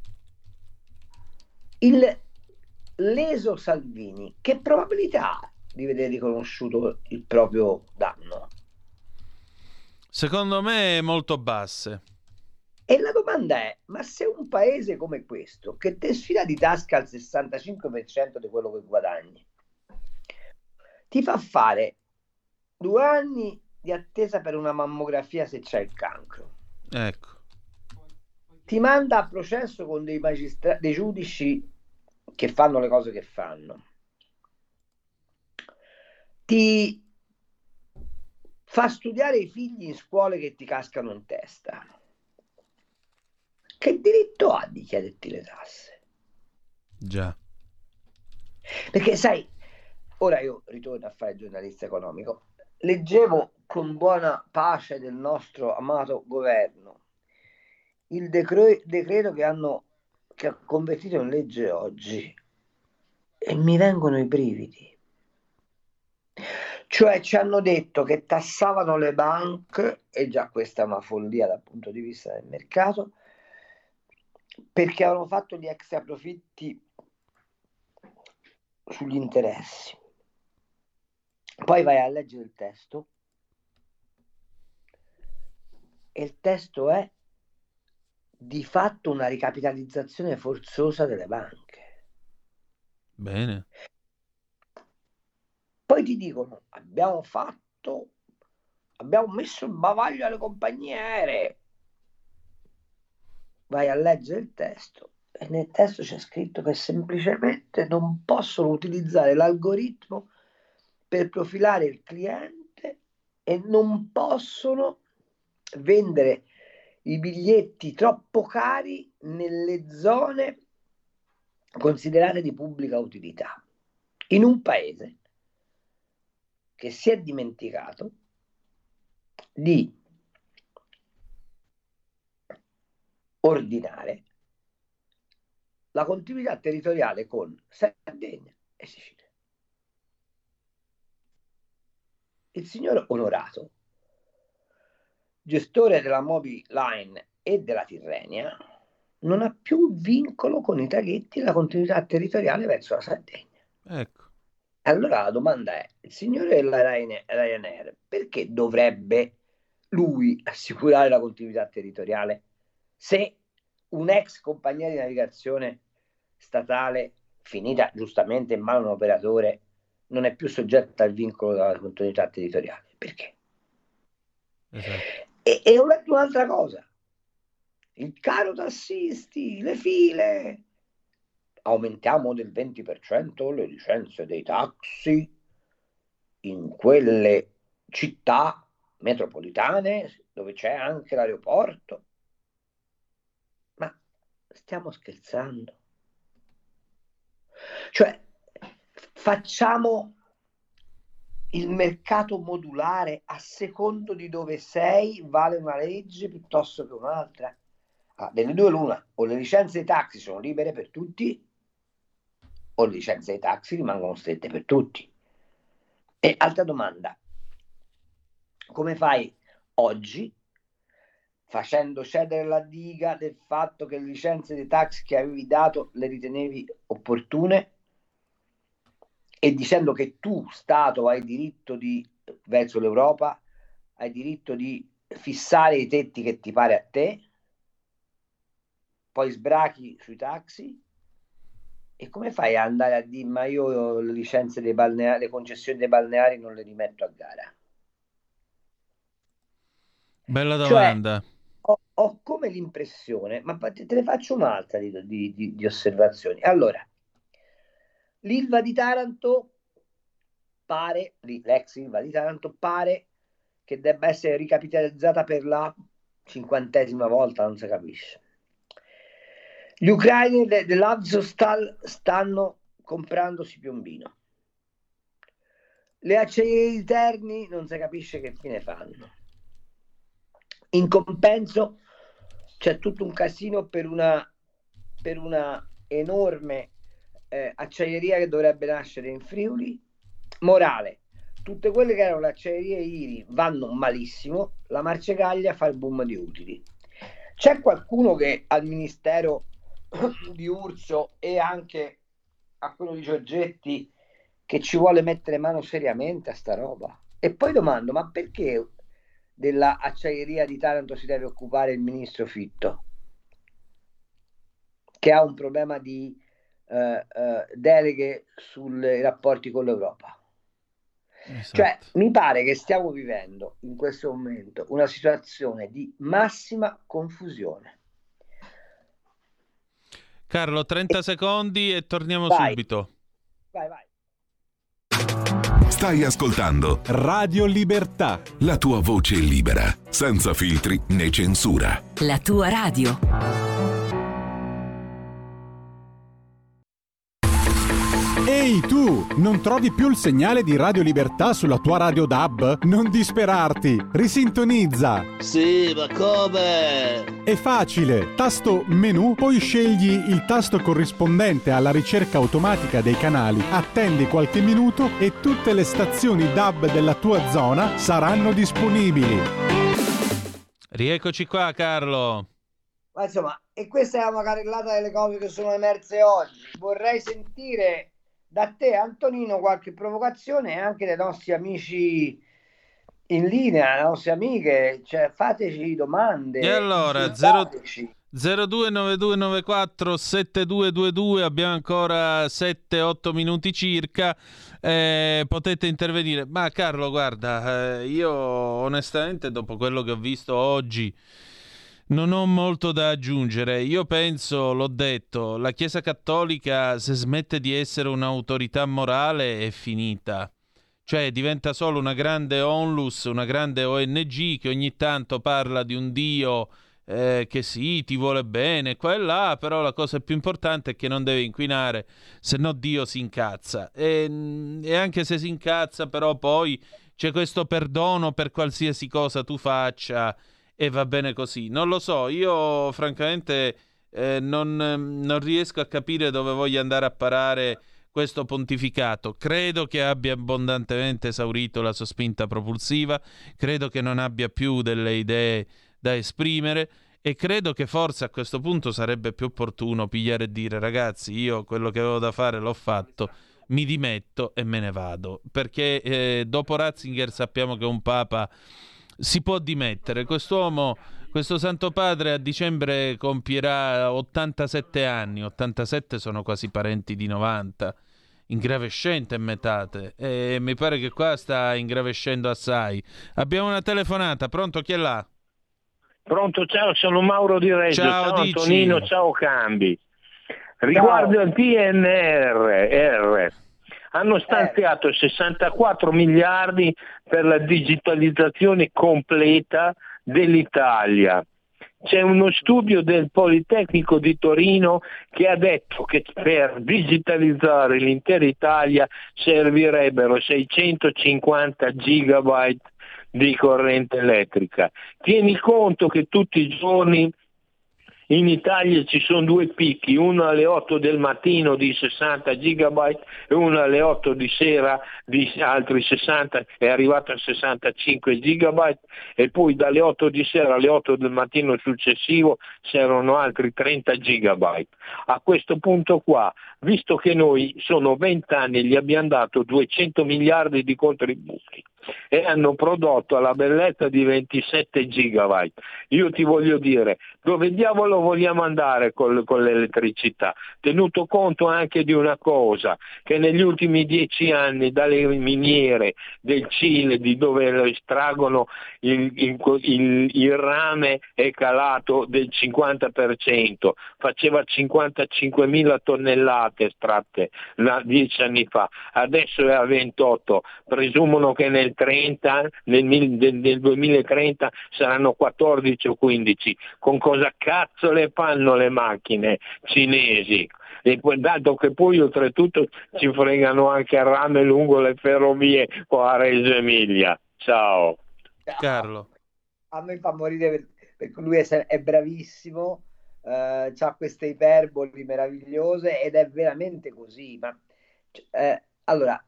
Il leso Salvini, che probabilità ha di vedere riconosciuto il proprio danno?
Secondo me molto basse.
E la domanda è: ma se un paese come questo, che te sfila di tasca al sessantacinque per cento di quello che guadagni, ti fa fare due anni di attesa per una mammografia se c'è il cancro,
ecco,
ti manda a processo con dei magistrati, dei giudici che fanno le cose che fanno, ti fa studiare i figli in scuole che ti cascano in testa, che diritto ha di chiederti le tasse?
Già.
Perché sai, ora io ritorno a fare il giornalista economico, leggevo con buona pace del nostro amato governo il decre- decreto che hanno che ha convertito in legge oggi e mi vengono i brividi. Cioè ci hanno detto che tassavano le banche, e già questa è una follia dal punto di vista del mercato, perché avevano fatto gli extra profitti sugli interessi. Poi vai a leggere il testo e il testo è di fatto una ricapitalizzazione forzosa delle banche.
Bene.
Poi ti dicono abbiamo fatto abbiamo messo il bavaglio alle compagnie aeree. Vai a leggere il testo e nel testo c'è scritto che semplicemente non possono utilizzare l'algoritmo per profilare il cliente e non possono vendere i biglietti troppo cari nelle zone considerate di pubblica utilità, in un paese che si è dimenticato di ordinare la continuità territoriale con Sardegna e Sicilia. Il signor Onorato, gestore della Mobiline e della Tirrenia, non ha più vincolo con i traghetti e la continuità territoriale verso la Sardegna.
Ecco.
Allora la domanda è, il signore della Ryanair perché dovrebbe lui assicurare la continuità territoriale se un'ex compagnia di navigazione statale finita giustamente in mano a un operatore non è più soggetta al vincolo della continuità territoriale? Perché?
Esatto.
E, e ho letto un'altra cosa, il caro tassisti, le file, aumentiamo del venti per cento le licenze dei taxi in quelle città metropolitane dove c'è anche l'aeroporto. Ma stiamo scherzando? Cioè, facciamo il mercato modulare a secondo di dove sei, vale una legge piuttosto che un'altra? Ah, delle due l'una, o le licenze dei taxi sono libere per tutti o le licenze dei taxi rimangono strette per tutti. E altra domanda, come fai oggi, facendo cedere la diga del fatto che le licenze dei taxi che avevi dato le ritenevi opportune e dicendo che tu, Stato, hai diritto di, verso l'Europa, hai diritto di fissare i tetti che ti pare a te, poi sbrachi sui taxi? E come fai ad andare a dire ma io le licenze dei balneari, le concessioni dei balneari non le rimetto a gara?
Bella domanda.
Cioè, ho, ho come l'impressione, ma te ne faccio un'altra di, di, di, di osservazioni. Allora, l'Ilva di Taranto pare, l'ex Ilva di Taranto pare che debba essere ricapitalizzata per la cinquantesima volta, non si capisce. Gli ucraini dell'Azovstal stanno comprandosi Piombino. Le acciaierie di Terni non si capisce che fine fanno. In compenso c'è tutto un casino per una, per una enorme eh, acciaieria che dovrebbe nascere in Friuli. Morale, tutte quelle che erano le acciaierie I R I vanno malissimo, la Marcegaglia fa il boom di utili. C'è qualcuno che al ministero di Urso e anche a quello di Giorgetti che ci vuole mettere mano seriamente a sta roba? E poi domando, ma perché della acciaieria di Taranto si deve occupare il ministro Fitto, che ha un problema di eh, eh, deleghe sui rapporti con l'Europa? Esatto. Cioè, mi pare che stiamo vivendo in questo momento una situazione di massima confusione.
Carlo, trenta e... secondi e torniamo
vai.
subito.
Vai, vai.
Stai ascoltando
Radio Libertà,
la tua voce libera, senza filtri né censura.
La tua radio.
Ehi Ehi tu, non trovi più il segnale di Radio Libertà sulla tua radio D A B? Non disperarti, risintonizza.
Sì, ma come?
È facile, tasto menu, poi scegli il tasto corrispondente alla ricerca automatica dei canali, attendi qualche minuto e tutte le stazioni D A B della tua zona saranno disponibili.
Rieccoci qua, Carlo.
Ma insomma, e questa è una carrellata delle cose che sono emerse oggi. Vorrei sentire da te, Antonino, qualche provocazione anche dai nostri amici in linea, le nostre amiche, cioè fateci domande.
E allora, zero due nove due nove quattro sette due due due, abbiamo ancora sette otto minuti circa, eh, potete intervenire. Ma Carlo, guarda, eh, io onestamente dopo quello che ho visto oggi non ho molto da aggiungere. Io penso, l'ho detto, la Chiesa Cattolica, se smette di essere un'autorità morale, è finita. Cioè diventa solo una grande onlus, una grande O N G che ogni tanto parla di un Dio eh, che sì, ti vuole bene, qua e là, però la cosa più importante è che non deve inquinare, se no Dio si incazza. E, e anche se si incazza, però poi c'è questo perdono per qualsiasi cosa tu faccia, e va bene così. Non lo so, io francamente eh, non, non riesco a capire dove voglia andare a parare questo pontificato. Credo che abbia abbondantemente esaurito la sua spinta propulsiva, credo che non abbia più delle idee da esprimere e credo che forse a questo punto sarebbe più opportuno pigliare e dire: ragazzi, io quello che avevo da fare l'ho fatto, mi dimetto e me ne vado, perché eh, dopo Ratzinger sappiamo che un papa si può dimettere. Quest'uomo, questo Santo Padre a dicembre compierà ottantasette anni, ottantasette sono quasi parenti di novanta, ingravescente e metate, e mi pare che qua sta ingravescendo assai. Abbiamo una telefonata, pronto, chi è là?
Pronto, ciao, sono Mauro di Reggio,
ciao,
ciao Antonino,
dici.
Ciao Cambi. Riguardo al P N R R, hanno stanziato sessantaquattro miliardi per la digitalizzazione completa dell'Italia. C'è uno studio del Politecnico di Torino che ha detto che per digitalizzare l'intera Italia servirebbero seicentocinquanta gigabyte di corrente elettrica. Tieni conto che tutti i giorni in Italia ci sono due picchi, uno alle otto del mattino di sessanta gigabyte e uno alle otto di sera di altri sessanta, è arrivato a sessantacinque gigabyte, e poi dalle otto di sera alle otto del mattino successivo c'erano altri trenta gigabyte. A questo punto qua, visto che noi sono venti anni gli abbiamo dato duecento miliardi di contributi e hanno prodotto alla bellezza di ventisette gigabyte, io ti voglio dire, dove diavolo vogliamo andare con, con l'elettricità? Tenuto conto anche di una cosa, che negli ultimi dieci anni dalle miniere del Cile, di dove lo estraggono il, il, il, il rame, è calato del cinquanta per cento, faceva cinquantacinquemila tonnellate estratte da dieci anni fa, adesso è a ventotto, presumono che nel trenta, nel, nel, nel duemilatrenta saranno quattordici o quindici. Con cosa cazzo le fanno le macchine cinesi? E dato che poi oltretutto ci fregano anche a rame lungo le ferrovie qua a Reggio Emilia. Ciao.
Carlo.
A me fa morire perché lui è, è bravissimo, eh, ha queste iperboli meravigliose ed è veramente così. Ma eh, allora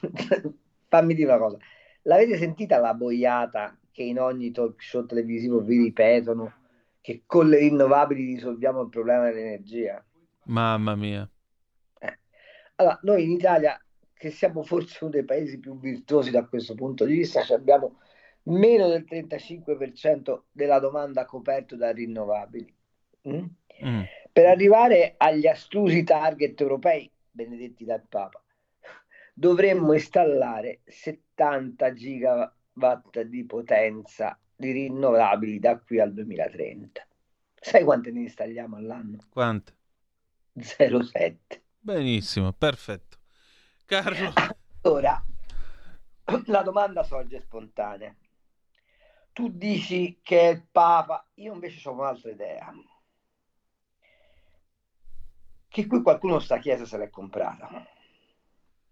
fammi dire una cosa. L'avete sentita la boiata che in ogni talk show televisivo vi ripetono che con le rinnovabili risolviamo il problema dell'energia?
Mamma mia.
Eh. Allora, noi in Italia, che siamo forse uno dei paesi più virtuosi da questo punto di vista, abbiamo meno del trentacinque per cento della domanda coperto da rinnovabili. Mm? Mm. Per arrivare agli astrusi target europei, benedetti dal Papa, dovremmo installare settanta gigawatt di potenza di rinnovabili da qui al duemilatrenta. Sai quante ne installiamo all'anno?
Quante?
zero virgola sette.
Benissimo, perfetto. Carlo.
Ora, la domanda sorge spontanea. Tu dici che è il Papa, io invece ho un'altra idea. Che qui qualcuno sta chiesa se l'è comprata.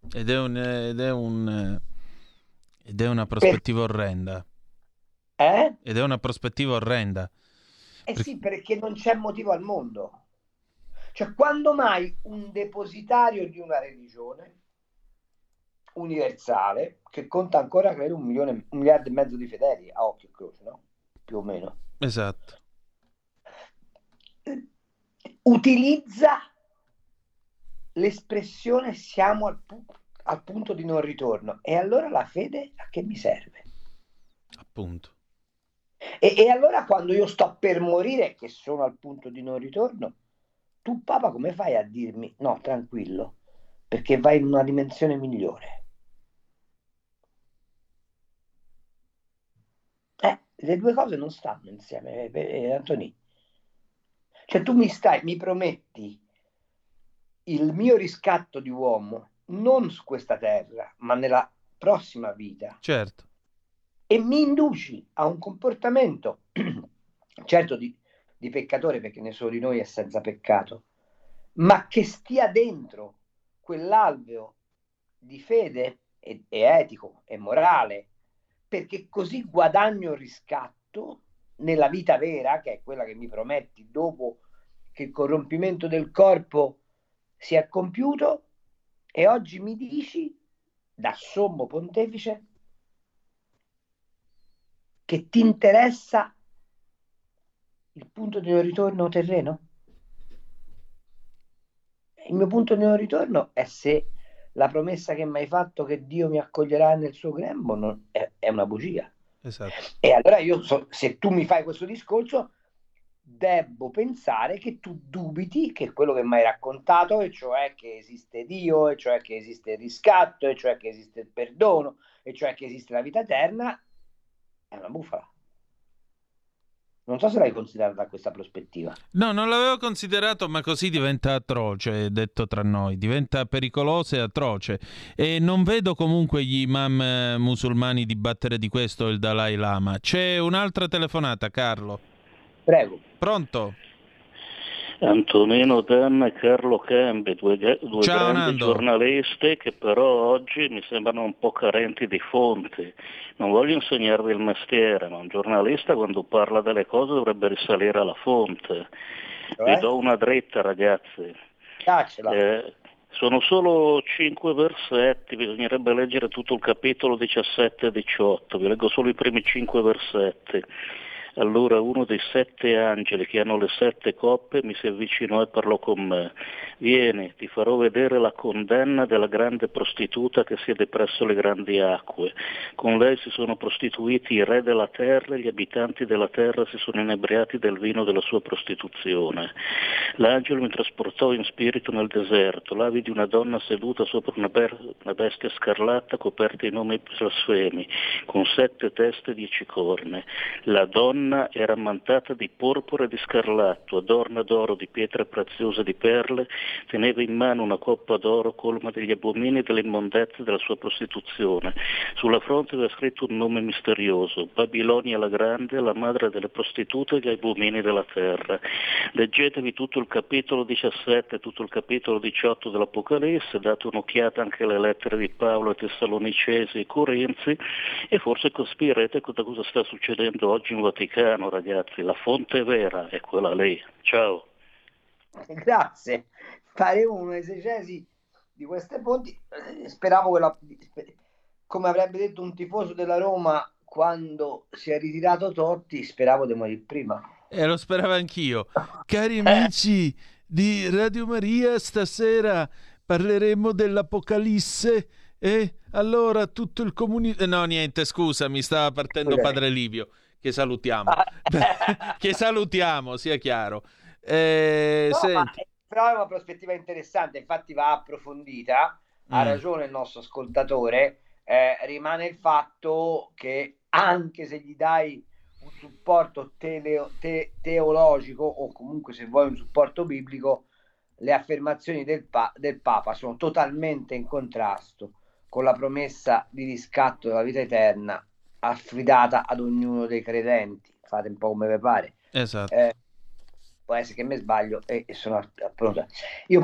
Ed è un ed è un ed è una prospettiva per... orrenda.
Eh?
Ed è una prospettiva orrenda.
Eh per... sì, perché non c'è motivo al mondo. Cioè, quando mai un depositario di una religione universale, che conta ancora, credo, un milione, un miliardo e mezzo di fedeli, a occhio e croce, no? Più o meno.
Esatto.
Utilizza l'espressione siamo al, pu- al punto di non ritorno. E allora la fede a che mi serve?
Appunto.
E, e allora quando io sto per morire, che sono al punto di non ritorno, tu Papa come fai a dirmi no, tranquillo, perché vai in una dimensione migliore? Eh, le due cose non stanno insieme, eh, Antonì. Cioè tu mi stai, mi prometti il mio riscatto di uomo non su questa terra, ma nella prossima vita.
Certo.
E mi induci a un comportamento, certo di, di peccatore, perché nessuno di noi è senza peccato, ma che stia dentro quell'alveo di fede e, e etico e morale, perché così guadagno riscatto nella vita vera, che è quella che mi prometti dopo che il corrompimento del corpo si è compiuto, e oggi mi dici, da sommo pontefice, che ti interessa il punto di non ritorno terreno? Il mio punto di non ritorno è se la promessa che mi hai fatto che Dio mi accoglierà nel suo grembo non, è, è una bugia.
Esatto.
E allora io, so, se tu mi fai questo discorso, devo pensare che tu dubiti che quello che mi hai raccontato, e cioè che esiste Dio, e cioè che esiste il riscatto, e cioè che esiste il perdono, e cioè che esiste la vita eterna, è una bufala. Non so se l'hai considerato da questa prospettiva.
No, non l'avevo considerato, ma così diventa atroce, detto tra noi, diventa pericoloso e atroce. E non vedo comunque gli imam musulmani dibattere di questo il Dalai Lama. C'è un'altra telefonata, Carlo.
Prego.
Pronto?
Antonino Danna e Carlo Cambi, due, due
Ciao,
grandi
Nando.
giornalisti che però oggi mi sembrano un po' carenti di fonti. Non voglio insegnarvi il mestiere, ma un giornalista quando parla delle cose dovrebbe risalire alla fonte.
Cioè?
Vi do una dritta, ragazzi. Eh, sono solo cinque versetti, bisognerebbe leggere tutto il capitolo diciassette e diciotto, vi leggo solo i primi cinque versetti. Allora uno dei sette angeli che hanno le sette coppe mi si avvicinò e parlò con me. Vieni, ti farò vedere la condanna della grande prostituta che siede presso le grandi acque. Con lei si sono prostituiti i re della terra e gli abitanti della terra si sono inebriati del vino della sua prostituzione. L'angelo mi trasportò in spirito nel deserto. Là vidi una donna seduta sopra una, ber- una bestia scarlatta coperta di nomi blasfemi, con sette teste e dieci corna. La donna era ammantata di porpora e di scarlatto, adorna d'oro, di pietre preziose, di perle, teneva in mano una coppa d'oro colma degli abomini e delle immondezze della sua prostituzione. Sulla fronte aveva scritto un nome misterioso: Babilonia la Grande, la madre delle prostitute e gli abomini della terra. Leggetevi tutto il capitolo diciassette, tutto il capitolo diciotto dell'Apocalisse, date un'occhiata anche alle lettere di Paolo ai Tessalonicesi e ai Corinzi e forse capirete da cosa sta succedendo oggi in Vaticano. Ragazzi, la fonte vera è quella lì. Ciao.
Grazie. Faremo un'esegesi di queste fonti. Speravo che la, come avrebbe detto un tifoso della Roma quando si è ritirato Totti, speravo di morire prima.
E eh, lo speravo anch'io. Cari amici di Radio Maria, stasera parleremo dell'Apocalisse. E allora tutto il comunismo... Eh, no, niente, scusa, mi stava partendo Padre Livio. Che salutiamo, che salutiamo, sia chiaro. Eh,
no, ma, però è una prospettiva interessante, infatti va approfondita. Ha mm. ragione il nostro ascoltatore. Eh, rimane il fatto che anche se gli dai un supporto teleo, te, teologico o comunque se vuoi un supporto biblico, le affermazioni del, pa- del Papa sono totalmente in contrasto con la promessa di riscatto della vita eterna affidata ad ognuno dei credenti. Fate un po' come vi pare.
Esatto.
Eh, può essere che mi sbaglio e, e sono pronto. Io poi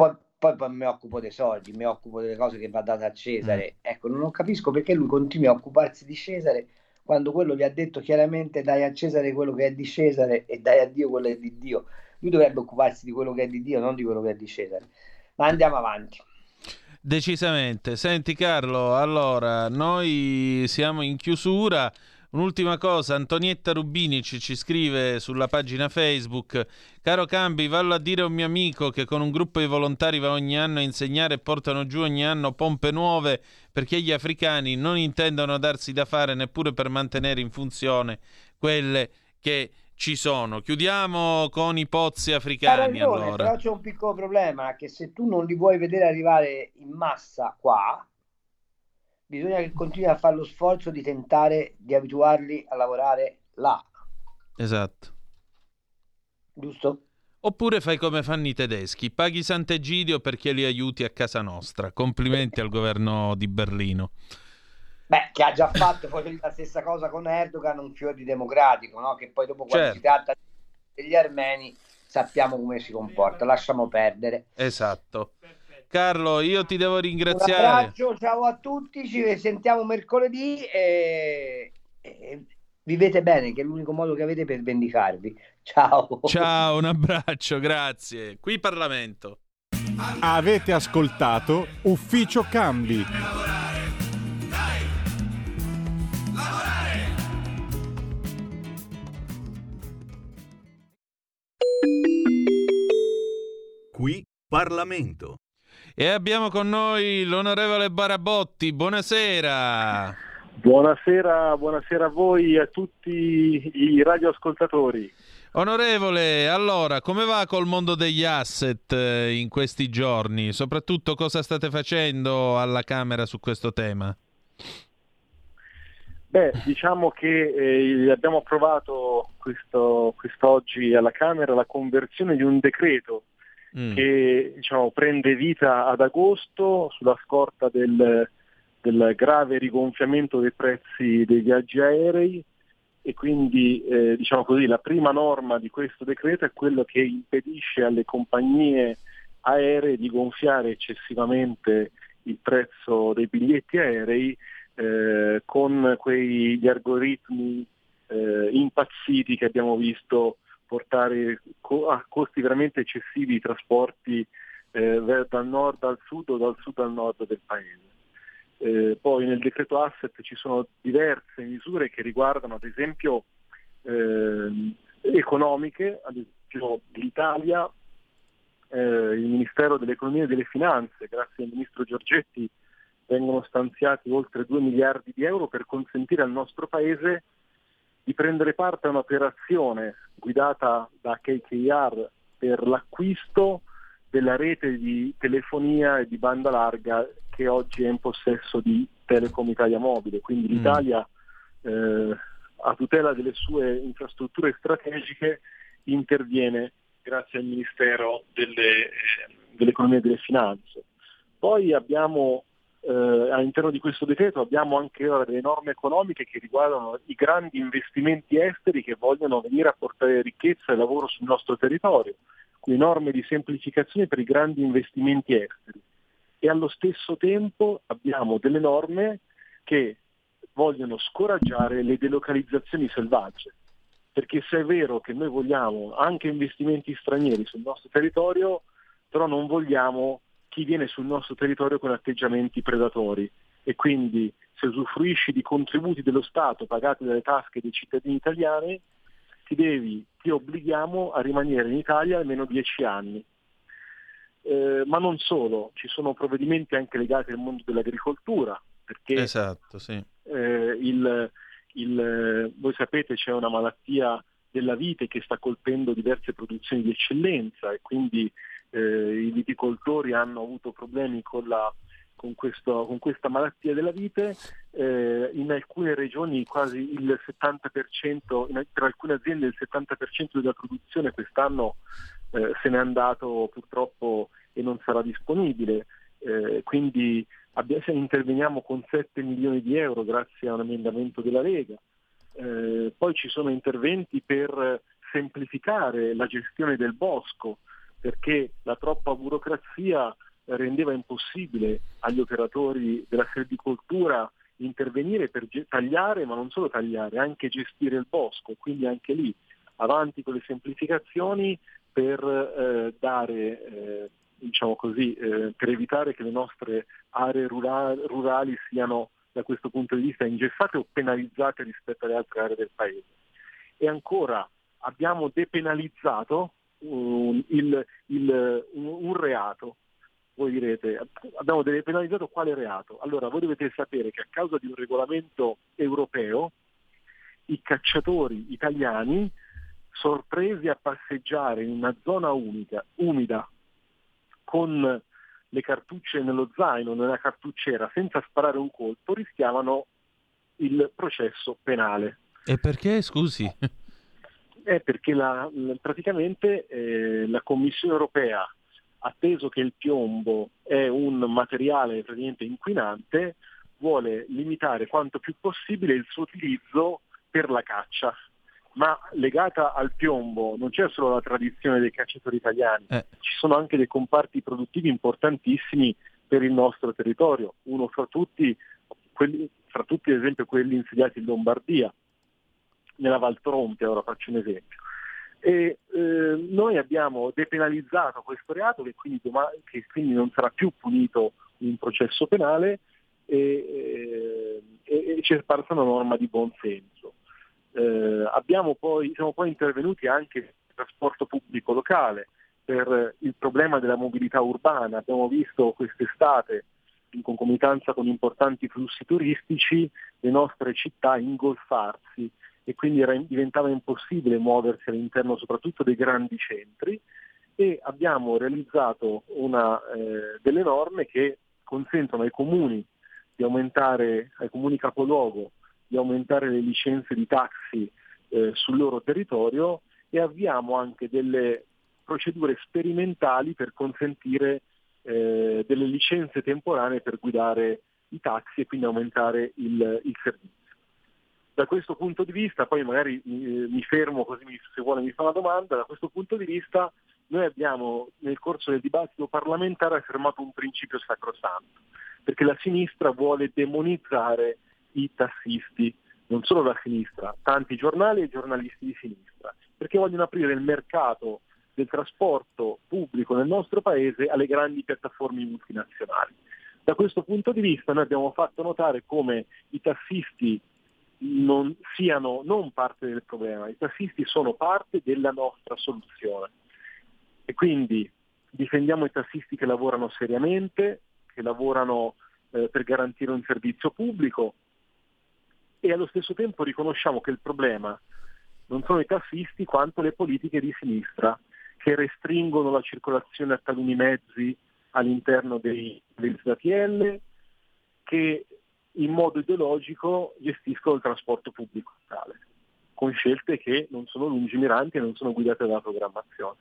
poi, poi mi occupo dei soldi, mi occupo delle cose che va date a Cesare.
Mm.
Ecco, non capisco perché lui continui a occuparsi di Cesare quando quello gli ha detto chiaramente dai a Cesare quello che è di Cesare e dai a Dio quello che è di Dio. Lui dovrebbe occuparsi di quello che è di Dio, non di quello che è di Cesare. Ma andiamo avanti.
Decisamente. Senti Carlo, allora, noi siamo in chiusura. Un'ultima cosa, Antonietta Rubinici ci scrive sulla pagina Facebook: caro Cambi, vallo a dire a un mio amico che con un gruppo di volontari va ogni anno a insegnare e portano giù ogni anno pompe nuove perché gli africani non intendono darsi da fare neppure per mantenere in funzione quelle che ci sono. Chiudiamo con i pozzi africani.
Hai ragione,
allora.
però c'è un piccolo problema, che se tu non li vuoi vedere arrivare in massa qua, bisogna che continui a fare lo sforzo di tentare di abituarli a lavorare là.
Esatto.
Giusto?
Oppure fai come fanno i tedeschi, paghi Sant'Egidio perché li aiuti a casa nostra. Complimenti al governo di Berlino.
Beh, che ha già fatto poi la stessa cosa con Erdogan, un fiore democratico, no? Che poi dopo quando
Certo.
si tratta degli armeni sappiamo come si comporta, lasciamo perdere.
Esatto. Carlo, io ti devo
Un
ringraziare.
abbraccio, ciao a tutti, ci sentiamo mercoledì e, e vivete bene, che è l'unico modo che avete per vendicarvi. Ciao.
Ciao, un abbraccio, grazie. Qui Parlamento.
Avete ascoltato Ufficio Cambi.
Qui Parlamento.
E abbiamo con noi l'onorevole Barabotti. Buonasera.
Buonasera, buonasera a voi e a tutti i radioascoltatori.
Onorevole, allora, come va col mondo degli asset eh, in questi giorni? Soprattutto cosa state facendo alla Camera su questo tema?
Beh, diciamo che eh, abbiamo approvato questo, quest'oggi alla Camera la conversione di un decreto mm. che diciamo, prende vita ad agosto sulla scorta del, del grave rigonfiamento dei prezzi dei viaggi aerei. E quindi eh, diciamo così, la prima norma di questo decreto è quello che impedisce alle compagnie aeree di gonfiare eccessivamente il prezzo dei biglietti aerei eh, con quegli algoritmi eh, impazziti che abbiamo visto portare co- a costi veramente eccessivi i trasporti eh, dal nord al sud o dal sud al nord del paese. Eh, poi nel decreto asset ci sono diverse misure che riguardano ad esempio eh, economiche, ad esempio l'Italia, eh, il Ministero dell'Economia e delle Finanze, grazie al Ministro Giorgetti vengono stanziati oltre due miliardi di euro per consentire al nostro Paese di prendere parte a un'operazione guidata da K K R per l'acquisto della rete di telefonia e di banda larga che oggi è in possesso di Telecom Italia Mobile. Quindi mm. l'Italia, eh, a tutela delle sue infrastrutture strategiche, interviene grazie al Ministero delle, eh, dell'Economia e delle Finanze. Poi abbiamo, eh, all'interno di questo decreto, abbiamo anche ora delle norme economiche che riguardano i grandi investimenti esteri che vogliono venire a portare ricchezza e lavoro sul nostro territorio, quindi norme di semplificazione per i grandi investimenti esteri. E allo stesso tempo abbiamo delle norme che vogliono scoraggiare le delocalizzazioni selvagge, perché se è vero che noi vogliamo anche investimenti stranieri sul nostro territorio, però non vogliamo chi viene sul nostro territorio con atteggiamenti predatori, e quindi se usufruisci di contributi dello Stato pagati dalle tasche dei cittadini italiani, ti devi, ti obblighiamo a rimanere in Italia almeno dieci anni. Eh, ma non solo, ci sono provvedimenti anche legati al mondo dell'agricoltura, perché
esatto, sì.
eh, il, il, voi sapete c'è una malattia della vite che sta colpendo diverse produzioni di eccellenza e quindi eh, i viticoltori hanno avuto problemi con, la, con, questo, con questa malattia della vite. Eh, in alcune regioni quasi il settanta per cento, in, per alcune aziende il settanta per cento della produzione quest'anno Eh, se n'è andato purtroppo e non sarà disponibile, eh, quindi abbiamo, interveniamo con sette milioni di euro grazie a un emendamento della Lega. Eh, poi ci sono interventi per semplificare la gestione del bosco, perché la troppa burocrazia rendeva impossibile agli operatori della silvicoltura intervenire per ge- tagliare, ma non solo tagliare, anche gestire il bosco, quindi anche lì avanti con le semplificazioni per eh, dare, eh, diciamo così, eh, per evitare che le nostre aree rurali, rurali siano da questo punto di vista ingessate o penalizzate rispetto alle altre aree del paese. E ancora abbiamo depenalizzato un, il, il, un, un reato. Voi direte, abbiamo depenalizzato quale reato? Allora, voi dovete sapere che a causa di un regolamento europeo i cacciatori italiani, sorpresi a passeggiare in una zona umida, umida con le cartucce nello zaino, nella cartucciera, senza sparare un colpo, rischiavano il processo penale.
E perché, scusi?
È perché la, praticamente eh, la Commissione europea, atteso che il piombo è un materiale praticamente inquinante, vuole limitare quanto più possibile il suo utilizzo per la caccia. Ma legata al piombo non c'è solo la tradizione dei cacciatori italiani, eh. ci sono anche dei comparti produttivi importantissimi per il nostro territorio, uno fra tutti, quelli, fra tutti ad esempio quelli insediati in Lombardia, nella Val Tronte, ora faccio un esempio. E eh, noi abbiamo depenalizzato questo reato che quindi, domani, che quindi non sarà più punito in un processo penale e, e, e ci è parsa una norma di buon senso. Eh, abbiamo poi, siamo poi intervenuti anche nel trasporto pubblico locale per il problema della mobilità urbana. Abbiamo visto quest'estate, in concomitanza con importanti flussi turistici, le nostre città ingolfarsi e quindi era, diventava impossibile muoversi all'interno soprattutto dei grandi centri, e abbiamo realizzato una, eh, delle norme che consentono ai comuni di aumentare, ai comuni capoluogo, di aumentare le licenze di taxi eh, sul loro territorio, e avviamo anche delle procedure sperimentali per consentire eh, delle licenze temporanee per guidare i taxi e quindi aumentare il, il servizio. Da questo punto di vista, poi magari mi, mi fermo così mi, se vuole mi fa una domanda, da questo punto di vista noi abbiamo nel corso del dibattito parlamentare affermato un principio sacrosanto, perché la sinistra vuole demonizzare i tassisti, non solo la sinistra, tanti giornali e giornalisti di sinistra, perché vogliono aprire il mercato del trasporto pubblico nel nostro paese alle grandi piattaforme multinazionali. Da questo punto di vista noi abbiamo fatto notare come i tassisti non siano non parte del problema, i tassisti sono parte della nostra soluzione, e quindi difendiamo i tassisti che lavorano seriamente, che lavorano eh, per garantire un servizio pubblico, e allo stesso tempo riconosciamo che il problema non sono i tassisti quanto le politiche di sinistra che restringono la circolazione a taluni mezzi all'interno dei, dei Z T L, che in modo ideologico gestiscono il trasporto pubblico locale, con scelte che non sono lungimiranti e non sono guidate dalla programmazione.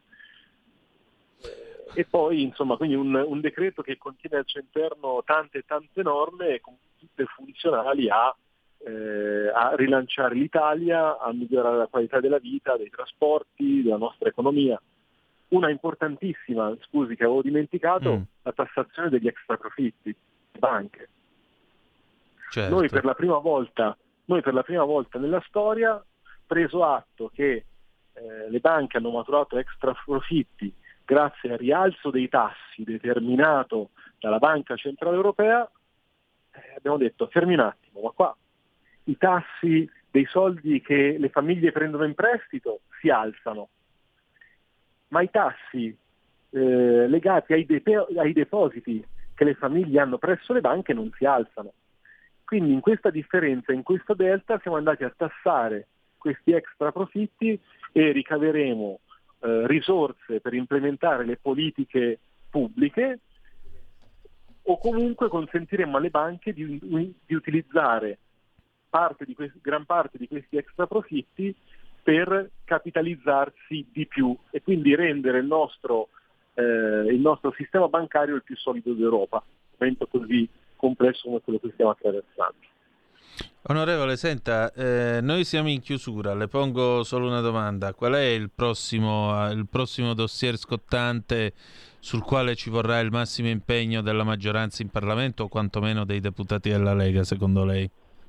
E poi, insomma, quindi un, un decreto che contiene al suo interno tante e tante norme, tutte funzionali a, eh, a rilanciare l'Italia, a migliorare la qualità della vita, dei trasporti, della nostra economia. Una importantissima, scusi che avevo dimenticato, mm. la tassazione degli extraprofitti, banche.
Certo.
Noi per la prima volta, noi per la prima volta nella storia, preso atto che eh, le banche hanno maturato extra profitti grazie al rialzo dei tassi determinato dalla Banca Centrale Europea, eh, abbiamo detto fermi un attimo, ma qua i tassi dei soldi che le famiglie prendono in prestito si alzano, ma i tassi eh, legati ai, de- ai depositi che le famiglie hanno presso le banche non si alzano. Quindi in questa differenza, in questa delta, siamo andati a tassare questi extra profitti e ricaveremo eh, risorse per implementare le politiche pubbliche, o comunque consentiremo alle banche di, di utilizzare parte di questi, gran parte di questi extra profitti per capitalizzarsi di più e quindi rendere il nostro, eh, il nostro sistema bancario il più solido d'Europa, un momento così complesso come quello che stiamo attraversando.
Onorevole, senta, eh, noi siamo in chiusura, le pongo solo una domanda. Qual è il prossimo, il prossimo dossier scottante sul quale ci vorrà il massimo impegno della maggioranza in Parlamento o quantomeno dei deputati della Lega, secondo lei?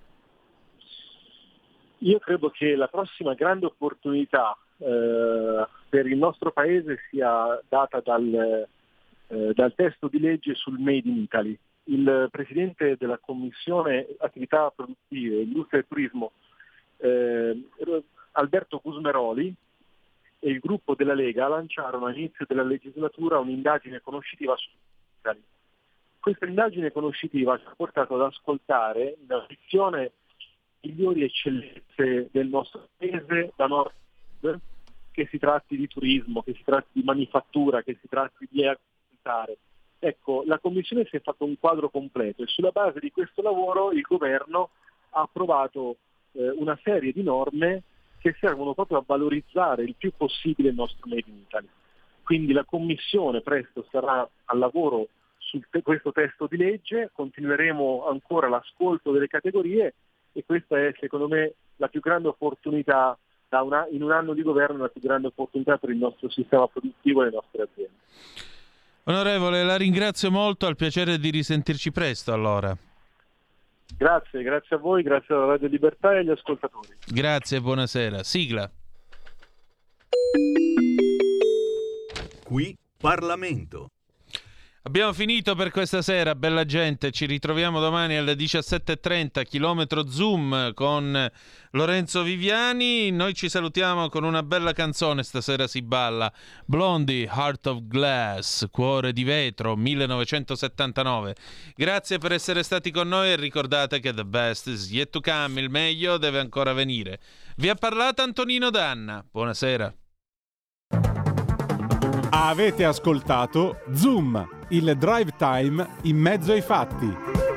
Io credo che la prossima grande opportunità eh, per il nostro Paese sia data dal, eh, dal testo di legge sul Made in Italy. Il Presidente della Commissione Attività Produttive, Industria e Turismo, eh, Alberto Gusmeroli, e il gruppo della Lega lanciarono all'inizio della legislatura un'indagine conoscitiva su Italy. Questa indagine conoscitiva ci ha portato ad ascoltare in audizione migliori eccellenze del nostro paese, da nord a sud, che si tratti di turismo, che si tratti di manifattura, che si tratti di agroalimentare. Ecco, la Commissione si è fatto un quadro completo e sulla base di questo lavoro il Governo ha approvato eh, una serie di norme che servono proprio a valorizzare il più possibile il nostro Made in Italy. Quindi la Commissione presto sarà al lavoro su te- questo testo di legge, continueremo ancora l'ascolto delle categorie e questa è secondo me la più grande opportunità, da una, in un anno di governo, la più grande opportunità per il nostro sistema produttivo e le nostre aziende.
Onorevole, la ringrazio molto, al piacere di risentirci presto allora.
Grazie, grazie a voi, grazie alla Radio Libertà e agli ascoltatori.
Grazie, buonasera. Sigla.
Qui Parlamento.
Abbiamo finito per questa sera, bella gente, ci ritroviamo domani alle diciassette e trenta, chilometro Zoom con Lorenzo Viviani. Noi ci salutiamo con una bella canzone, stasera si balla, Blondie, Heart of Glass, Cuore di vetro, millenovecentosettantanove. Grazie per essere stati con noi e ricordate che the best is yet to come, il meglio deve ancora venire. Vi ha parlato Antonino Danna, buonasera.
Avete ascoltato Zoom, il drive time in mezzo ai fatti.